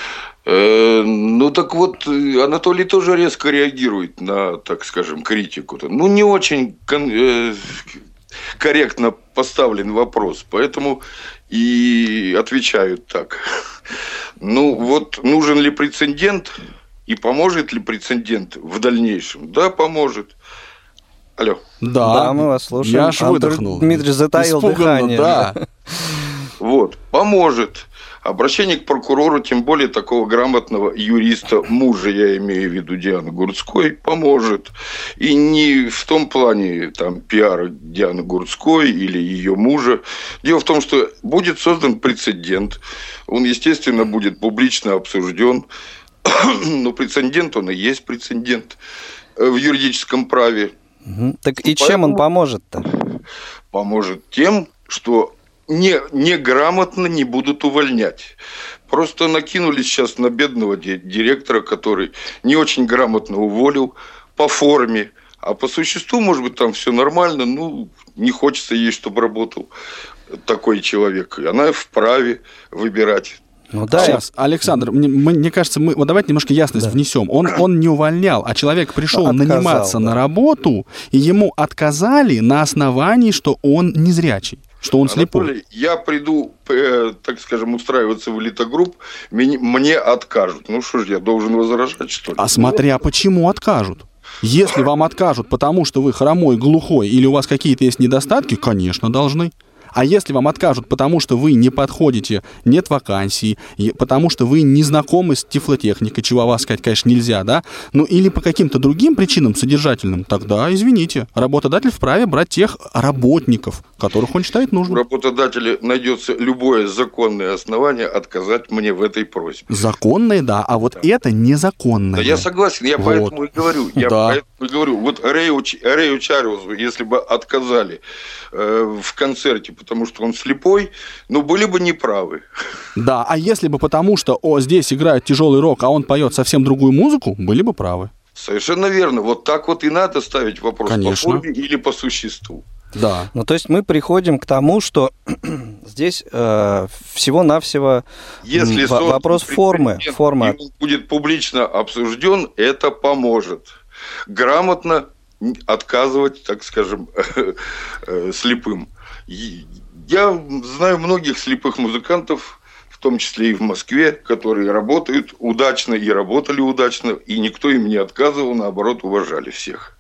Анатолий тоже резко реагирует на, так скажем, критику. Не очень корректно поставлен вопрос, поэтому и отвечают так. Нужен ли прецедент и поможет ли прецедент в дальнейшем? Да, поможет. Алло. Да, мы вас слушаем. Я аж выдохнул. Дмитрий затаил дыхание. Да. Поможет. Обращение к прокурору, тем более такого грамотного юриста, мужа, я имею в виду Дианы Гурцкой, поможет. И не в том плане пиара Дианы Гурцкой или ее мужа. Дело в том, что будет создан прецедент. Он, естественно, будет публично обсужден. Но прецедент, он и есть прецедент в юридическом праве. Так и чем он поможет-то? Поможет тем, что неграмотно не будут увольнять. Просто накинулись сейчас на бедного директора, который не очень грамотно уволил по форме. А по существу, может быть, там все нормально, не хочется ей, чтобы работал такой человек. И она вправе выбирать. Сейчас, Александр, мне кажется, давайте немножко ясность внесем. Он не увольнял, а человек пришел наниматься на работу, и ему отказали на основании, что он незрячий. Что он слепой. Анатолий, я приду, так скажем, устраиваться в элитогрупп, мне откажут. Что ж, я должен возражать, что ли? А смотря почему откажут. Если вам откажут, потому что вы хромой, глухой или у вас какие-то есть недостатки, конечно, должны. А если вам откажут, потому что вы не подходите, нет вакансий, потому что вы не знакомы с тифлотехникой, чего о вас сказать, конечно, нельзя, да? Ну, или по каким-то другим причинам содержательным, тогда, извините, работодатель вправе брать тех работников, которых он считает нужным. У работодателя найдется любое законное основание отказать мне в этой просьбе. Законное, да, а вот это незаконное. Да, я согласен, я вот. Поэтому и говорю. Вот Рэю Чарльзу, если бы отказали в концерте, потому что он слепой, но были бы неправы. Да, а если бы потому что здесь играют тяжелый рок, а он поет совсем другую музыку, были бы правы. Совершенно верно. Вот так вот и надо ставить вопрос. Конечно. По форме или по существу. Да. Ну, то есть мы приходим к тому, что здесь всего-навсего если вопрос формы. Форма будет публично обсужден, это поможет. Грамотно отказывать, так скажем, слепым. Я знаю многих слепых музыкантов, в том числе и в Москве, которые работают удачно и работали удачно, и никто им не отказывал, наоборот, уважали всех.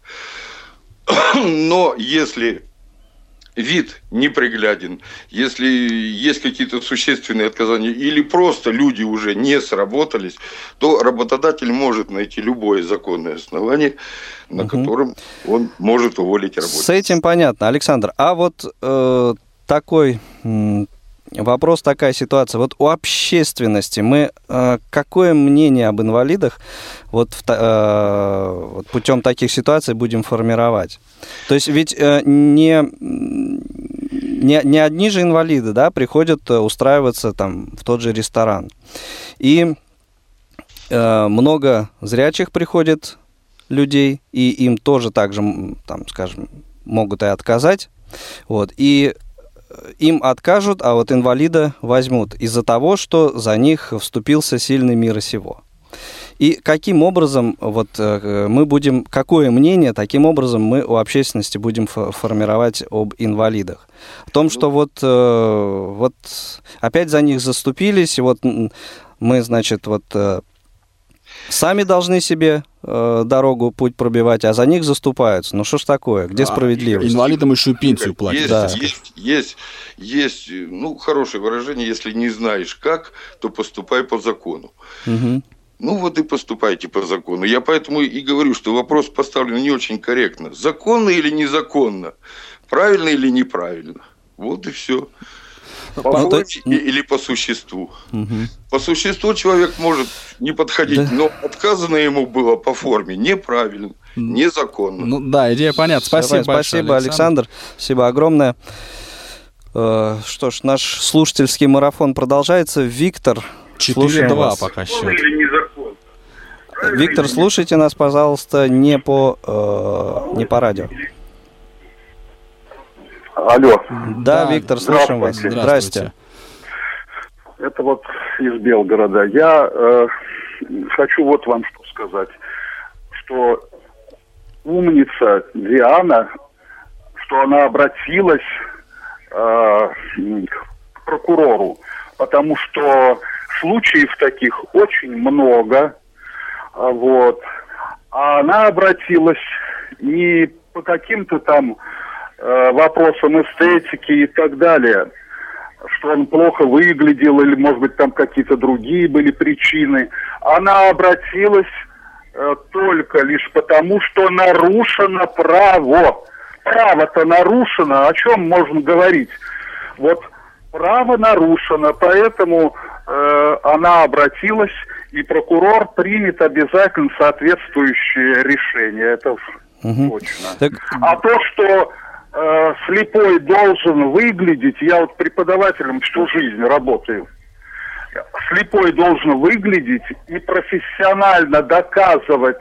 Но если вид непригляден, если есть какие-то существенные отказания или просто люди уже не сработались, то работодатель может найти любое законное основание, на котором он может уволить работника. С этим понятно, Александр. А вот такой вопрос, такая ситуация. Вот у общественности мы какое мнение об инвалидах вот путем таких ситуаций будем формировать? То есть ведь не одни же инвалиды, да, приходят устраиваться там в тот же ресторан. И много зрячих приходит людей, и им тоже так же, там, скажем, могут и отказать. Вот, и им откажут, а вот инвалида возьмут из-за того, что за них вступился сильный мира сего. И каким образом вот мы будем, какое мнение, таким образом мы у общественности будем формировать об инвалидах? О том, что вот опять за них заступились, и вот мы, значит, вот сами должны себе дорогу, путь пробивать, а за них заступаются. Ну что ж такое? Где справедливость? Инвалидам еще и пенсию платят. Есть, ну, хорошее выражение, если не знаешь как, то поступай по закону. Угу. Ну вот и поступайте по закону. Я поэтому и говорю, что вопрос поставлен не очень корректно. Законно или незаконно? Правильно или неправильно? Вот и все. По форме или по существу. Угу. По существу человек может не подходить, да. Но отказано ему было по форме неправильно, незаконно. Ну да, идея понятна. Спасибо большое, Спасибо, Александр. Спасибо огромное. Что ж, наш слушательский марафон продолжается. Виктор, 4-2 пока счет. Виктор, слушайте нас, пожалуйста, не по радио. Алло. Да, Виктор, слушаем вас. Здравствуйте. Это вот из Белгорода. Я хочу вот вам что сказать. Что умница Диана, что она обратилась к прокурору, потому что случаев таких очень много. Вот. А она обратилась не по каким-то там вопросам эстетики и так далее, что он плохо выглядел или, может быть, там какие-то другие были причины. Она обратилась только лишь потому, что нарушено право. Право-то нарушено, о чем можно говорить? Вот право нарушено, поэтому она обратилась, и прокурор примет обязательно соответствующее решение. Это точно. Так... А то, что слепой должен выглядеть, я вот преподавателем всю жизнь работаю, слепой должен выглядеть и профессионально доказывать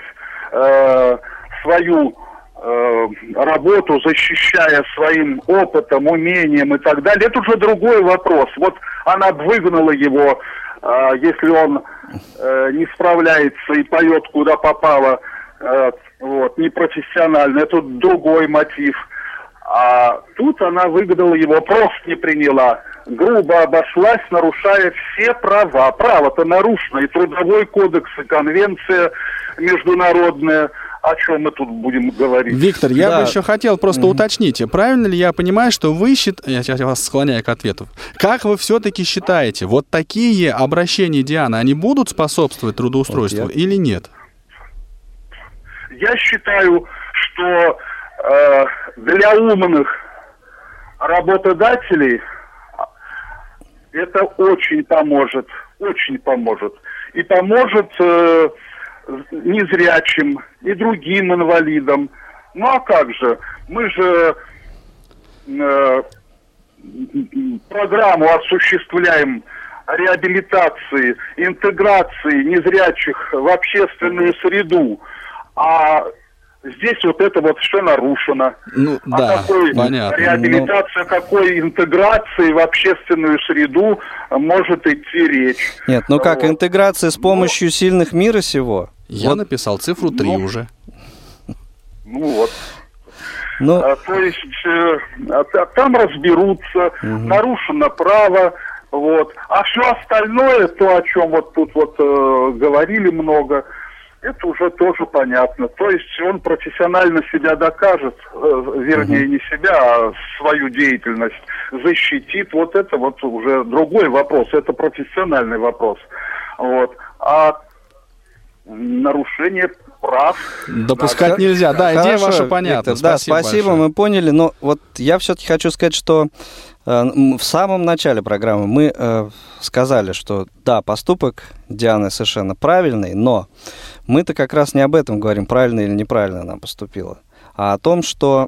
свою работу, защищая своим опытом, умением и так далее. Это уже другой вопрос. Вот она выгнала его, если он не справляется и поет куда попало, вот, непрофессионально. Это другой мотив. А тут она выгнала его, просто не приняла. Грубо обошлась, нарушая все права. Право-то нарушено. И Трудовой кодекс, и конвенция международная о чем мы тут будем говорить. Виктор, я бы еще хотел просто уточнить, правильно ли я понимаю, что вы считаете, я вас склоняю к ответу, как вы все-таки считаете, вот такие обращения Дианы, они будут способствовать трудоустройству или нет? Я считаю, что для умных работодателей это очень поможет, очень поможет. И поможет незрячим и другим инвалидам. Ну а как же? Мы же программу осуществляем реабилитации, интеграции незрячих в общественную среду. А здесь вот это вот все нарушено. Ну, да, какой понятно. Реабилитация, какой интеграции в общественную среду может идти речь? Нет, ну как, интеграция с помощью сильных мира сего? Я написал цифру 3 уже. Ну вот. То есть там разберутся, нарушено право, вот. А все остальное, то, о чем вот тут вот говорили много, это уже тоже понятно. То есть он профессионально себя докажет, вернее, не себя, а свою деятельность защитит. Вот это вот уже другой вопрос, это профессиональный вопрос. Вот. А нарушение прав допускать нельзя. Да, идея ваша понятна. Виктор, спасибо, мы поняли. Но вот я все-таки хочу сказать, что в самом начале программы мы сказали, что да, поступок Дианы совершенно правильный, но мы-то как раз не об этом говорим, правильно или неправильно она поступила, а о том, что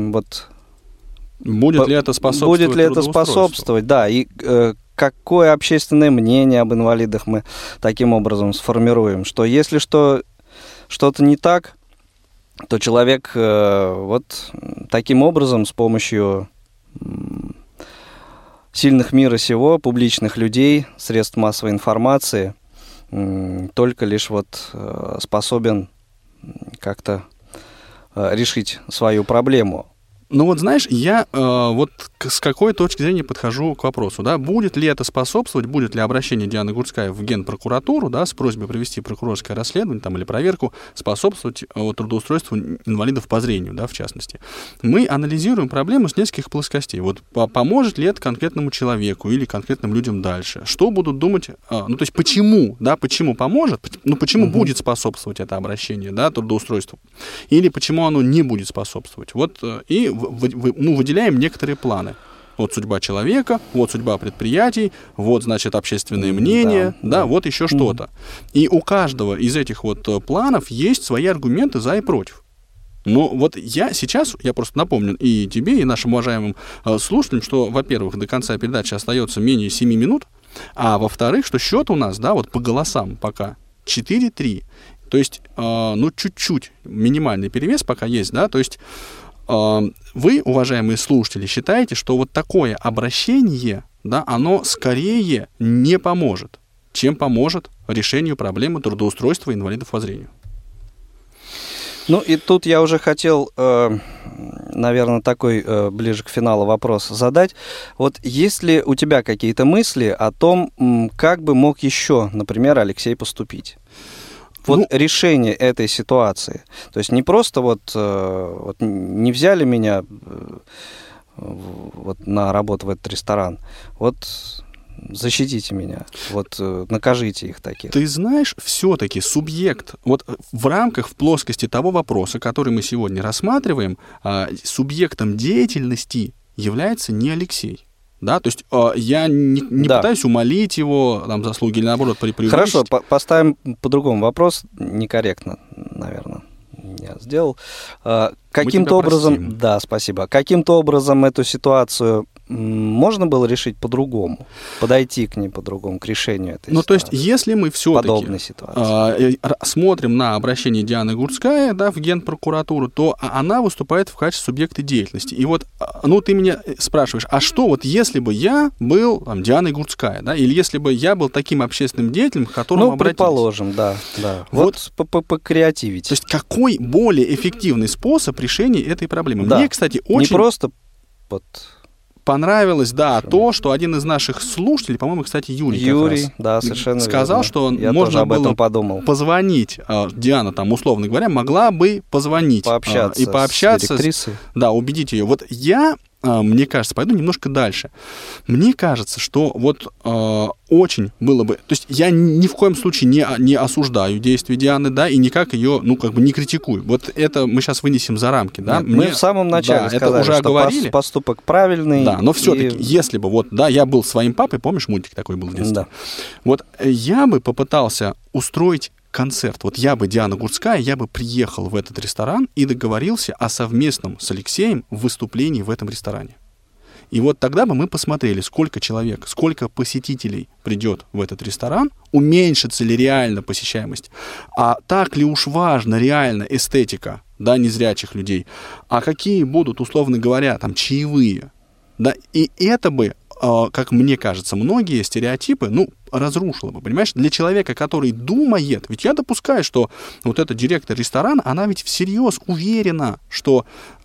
будет ли это способствовать, да, и какое общественное мнение об инвалидах мы таким образом сформируем, что если что-то не так, то человек вот таким образом с помощью сильных мира сего, публичных людей, средств массовой информации, только лишь вот способен как-то решить свою проблему. Ну вот знаешь, я вот с какой точки зрения подхожу к вопросу, да, будет ли это способствовать, будет ли обращение Дианы Гурцкая в Генпрокуратуру, да, с просьбой провести прокурорское расследование там, или проверку, способствовать трудоустройству инвалидов по зрению, да, в частности. Мы анализируем проблему с нескольких плоскостей. Вот поможет ли это конкретному человеку или конкретным людям дальше? Что будут думать, ну то есть почему, да, почему поможет, ну почему будет способствовать это обращение, да, трудоустройству, или почему оно не будет способствовать. Вот и выделяем некоторые планы. Вот судьба человека, вот судьба предприятий, вот, значит, общественное мнение, да, вот еще что-то. И у каждого из этих вот планов есть свои аргументы за и против. Но вот я просто напомню и тебе, и нашим уважаемым слушателям, что, во-первых, до конца передачи остается менее 7 минут, а во-вторых, что счет у нас, да, вот по голосам пока 4-3. То есть, ну, чуть-чуть минимальный перевес пока есть, да, то есть вы, уважаемые слушатели, считаете, что вот такое обращение, да, оно скорее не поможет, чем поможет решению проблемы трудоустройства инвалидов по зрению? Ну и тут я уже хотел, наверное, такой ближе к финалу вопрос задать. Вот есть ли у тебя какие-то мысли о том, как бы мог еще, например, Алексей поступить? Вот решение этой ситуации. То есть не просто вот не взяли меня вот на работу в этот ресторан, вот защитите меня, вот накажите их таких. Ты знаешь, все-таки субъект, вот в рамках, в плоскости того вопроса, который мы сегодня рассматриваем, субъектом деятельности является не Алексей. Да, то есть я не пытаюсь умолить его там, заслуги или, наоборот, преувеличить. Хорошо, поставим по-другому вопрос, некорректно, наверное, я сделал. Каким-то образом, простим. Да, спасибо. Каким-то образом эту ситуацию можно было решить по-другому, подойти к ней по-другому, к решению этой ситуации? Ну, то есть, если мы все-таки смотрим на обращение Дианы Гурцкая, да, в Генпрокуратуру, то она выступает в качестве субъекта деятельности. И вот, ну, ты меня спрашиваешь, а что вот если бы я был там, Дианой Гурцкая, да, или если бы я был таким общественным деятелем, к которому обратились? Ну, предположим, да. Вот покреативить. То есть, какой более эффективный способ решения этой проблемы? Да. Мне, кстати, очень... Не просто... Вот понравилось, да, то, что один из наших слушателей, по-моему, кстати, Юрий, да, совершенно сказал, верно. что Я можно об этом было подумал. позвонить. Диана, там, условно говоря, могла бы позвонить пообщаться и пообщаться с директрисой. Да, убедить ее. Вот я, мне кажется, пойду немножко дальше. Мне кажется, что вот очень было бы... То есть я ни в коем случае не осуждаю действия Дианы, да, и никак ее, ну, как бы не критикую. Вот это мы сейчас вынесем за рамки, да. Нет, мы в самом начале сказали, это уже что оговорили. Поступок правильный. Да, но все-таки, если бы, вот, да, я был своим папой, помнишь, мультик такой был в детстве? Да. Вот я бы попытался устроить концерт. Вот я бы, Диана Гурцкая, я бы приехал в этот ресторан и договорился о совместном с Алексеем выступлении в этом ресторане. И вот тогда бы мы посмотрели, сколько человек, сколько посетителей придет в этот ресторан, уменьшится ли реально посещаемость, а так ли уж важна реально эстетика, да, незрячих людей, а какие будут, условно говоря, там, чаевые, да, и это бы, как мне кажется, многие стереотипы, ну, разрушило бы, понимаешь? Для человека, который думает, ведь я допускаю, что вот эта директор ресторана, она ведь всерьез уверена, что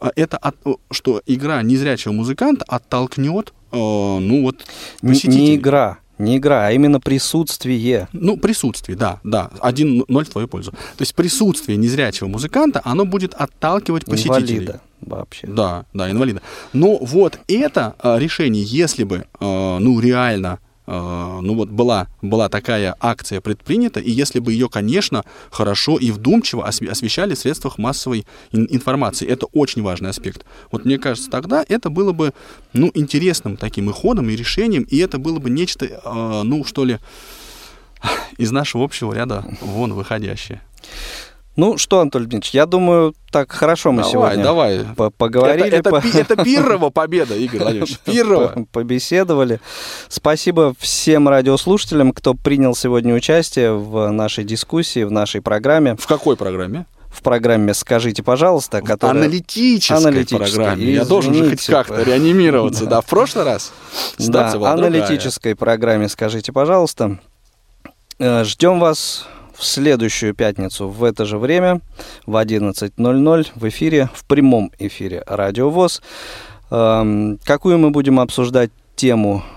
что игра незрячего музыканта оттолкнет, ну, вот, посетителей. Не игра, а именно присутствие. Ну, присутствие, да, 1-0 в твою пользу. То есть присутствие незрячего музыканта, оно будет отталкивать посетителей. Инвалида вообще. Да, инвалида. Но вот это решение, если бы, ну, реально, ну вот была такая акция предпринята, и если бы ее, конечно, хорошо и вдумчиво освещали в средствах массовой информации, это очень важный аспект. Вот мне кажется, тогда это было бы, ну, интересным таким и ходом, и решением, и это было бы нечто, ну, что ли, из нашего общего ряда вон выходящее. Ну что, Анатолий Дмитриевич, я думаю, так хорошо мы сегодня поговорили. Это Пиррова победа, Игорь Владимирович. Пиррова. Побеседовали. Спасибо всем радиослушателям, кто принял сегодня участие в нашей дискуссии, в нашей программе. В какой программе? В программе «Скажите, пожалуйста», которая... Аналитической программе. Я должен же хоть как-то реанимироваться. Да, в прошлый раз ситуация была другая. Аналитической программе «Скажите, пожалуйста». Ждем вас в следующую пятницу в это же время, в 11:00 в эфире, в прямом эфире Радио ВОС. Какую мы будем обсуждать тему,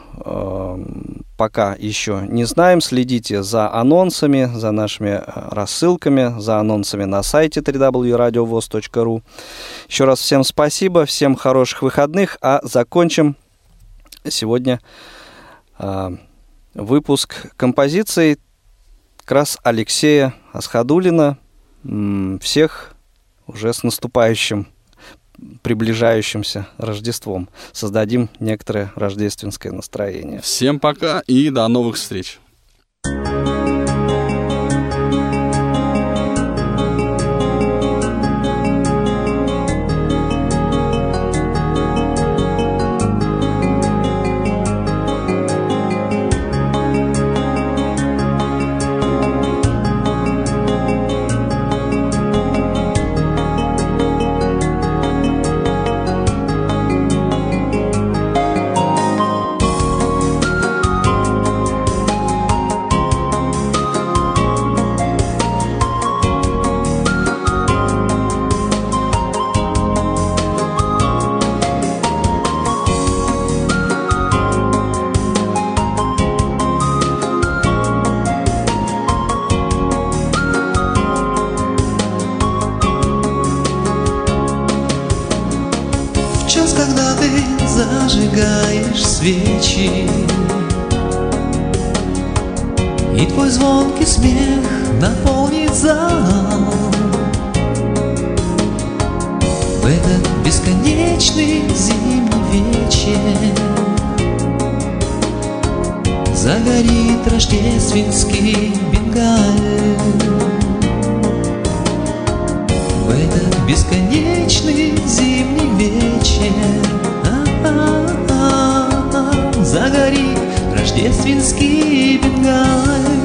пока еще не знаем. Следите за анонсами, за нашими рассылками, за анонсами на сайте www.radiovoz.ru. Еще раз всем спасибо, всем хороших выходных, а закончим сегодня выпуск композицией как раз Алексея Асхадуллина. Всех уже с наступающим, приближающимся Рождеством. Создадим некоторое рождественское настроение. Всем пока и до новых встреч. Зажигаешь свечи, и твой звонкий смех наполнит зал. В этот бесконечный зимний вечер загорит рождественский бенгаль. В этот бесконечный зимний вечер загорит рождественский бенгаль.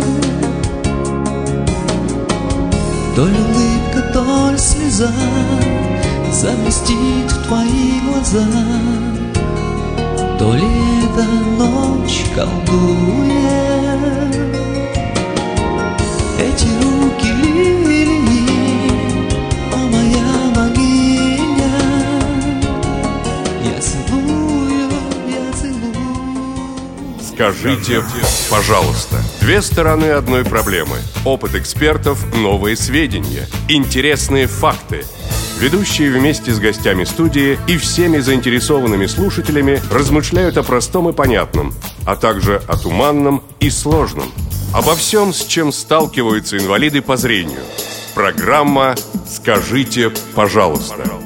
То ли улыбка, то ли слеза заблестит в твои глаза, то ли эта ночь колдует. Эти руки лилии, о моя богиня, я целую, я Скажите, пожалуйста. Две стороны одной проблемы. Опыт экспертов, новые сведения, интересные факты. Ведущие вместе с гостями студии и всеми заинтересованными слушателями размышляют о простом и понятном, а также о туманном и сложном. Обо всем, с чем сталкиваются инвалиды по зрению. Программа «Скажите, пожалуйста».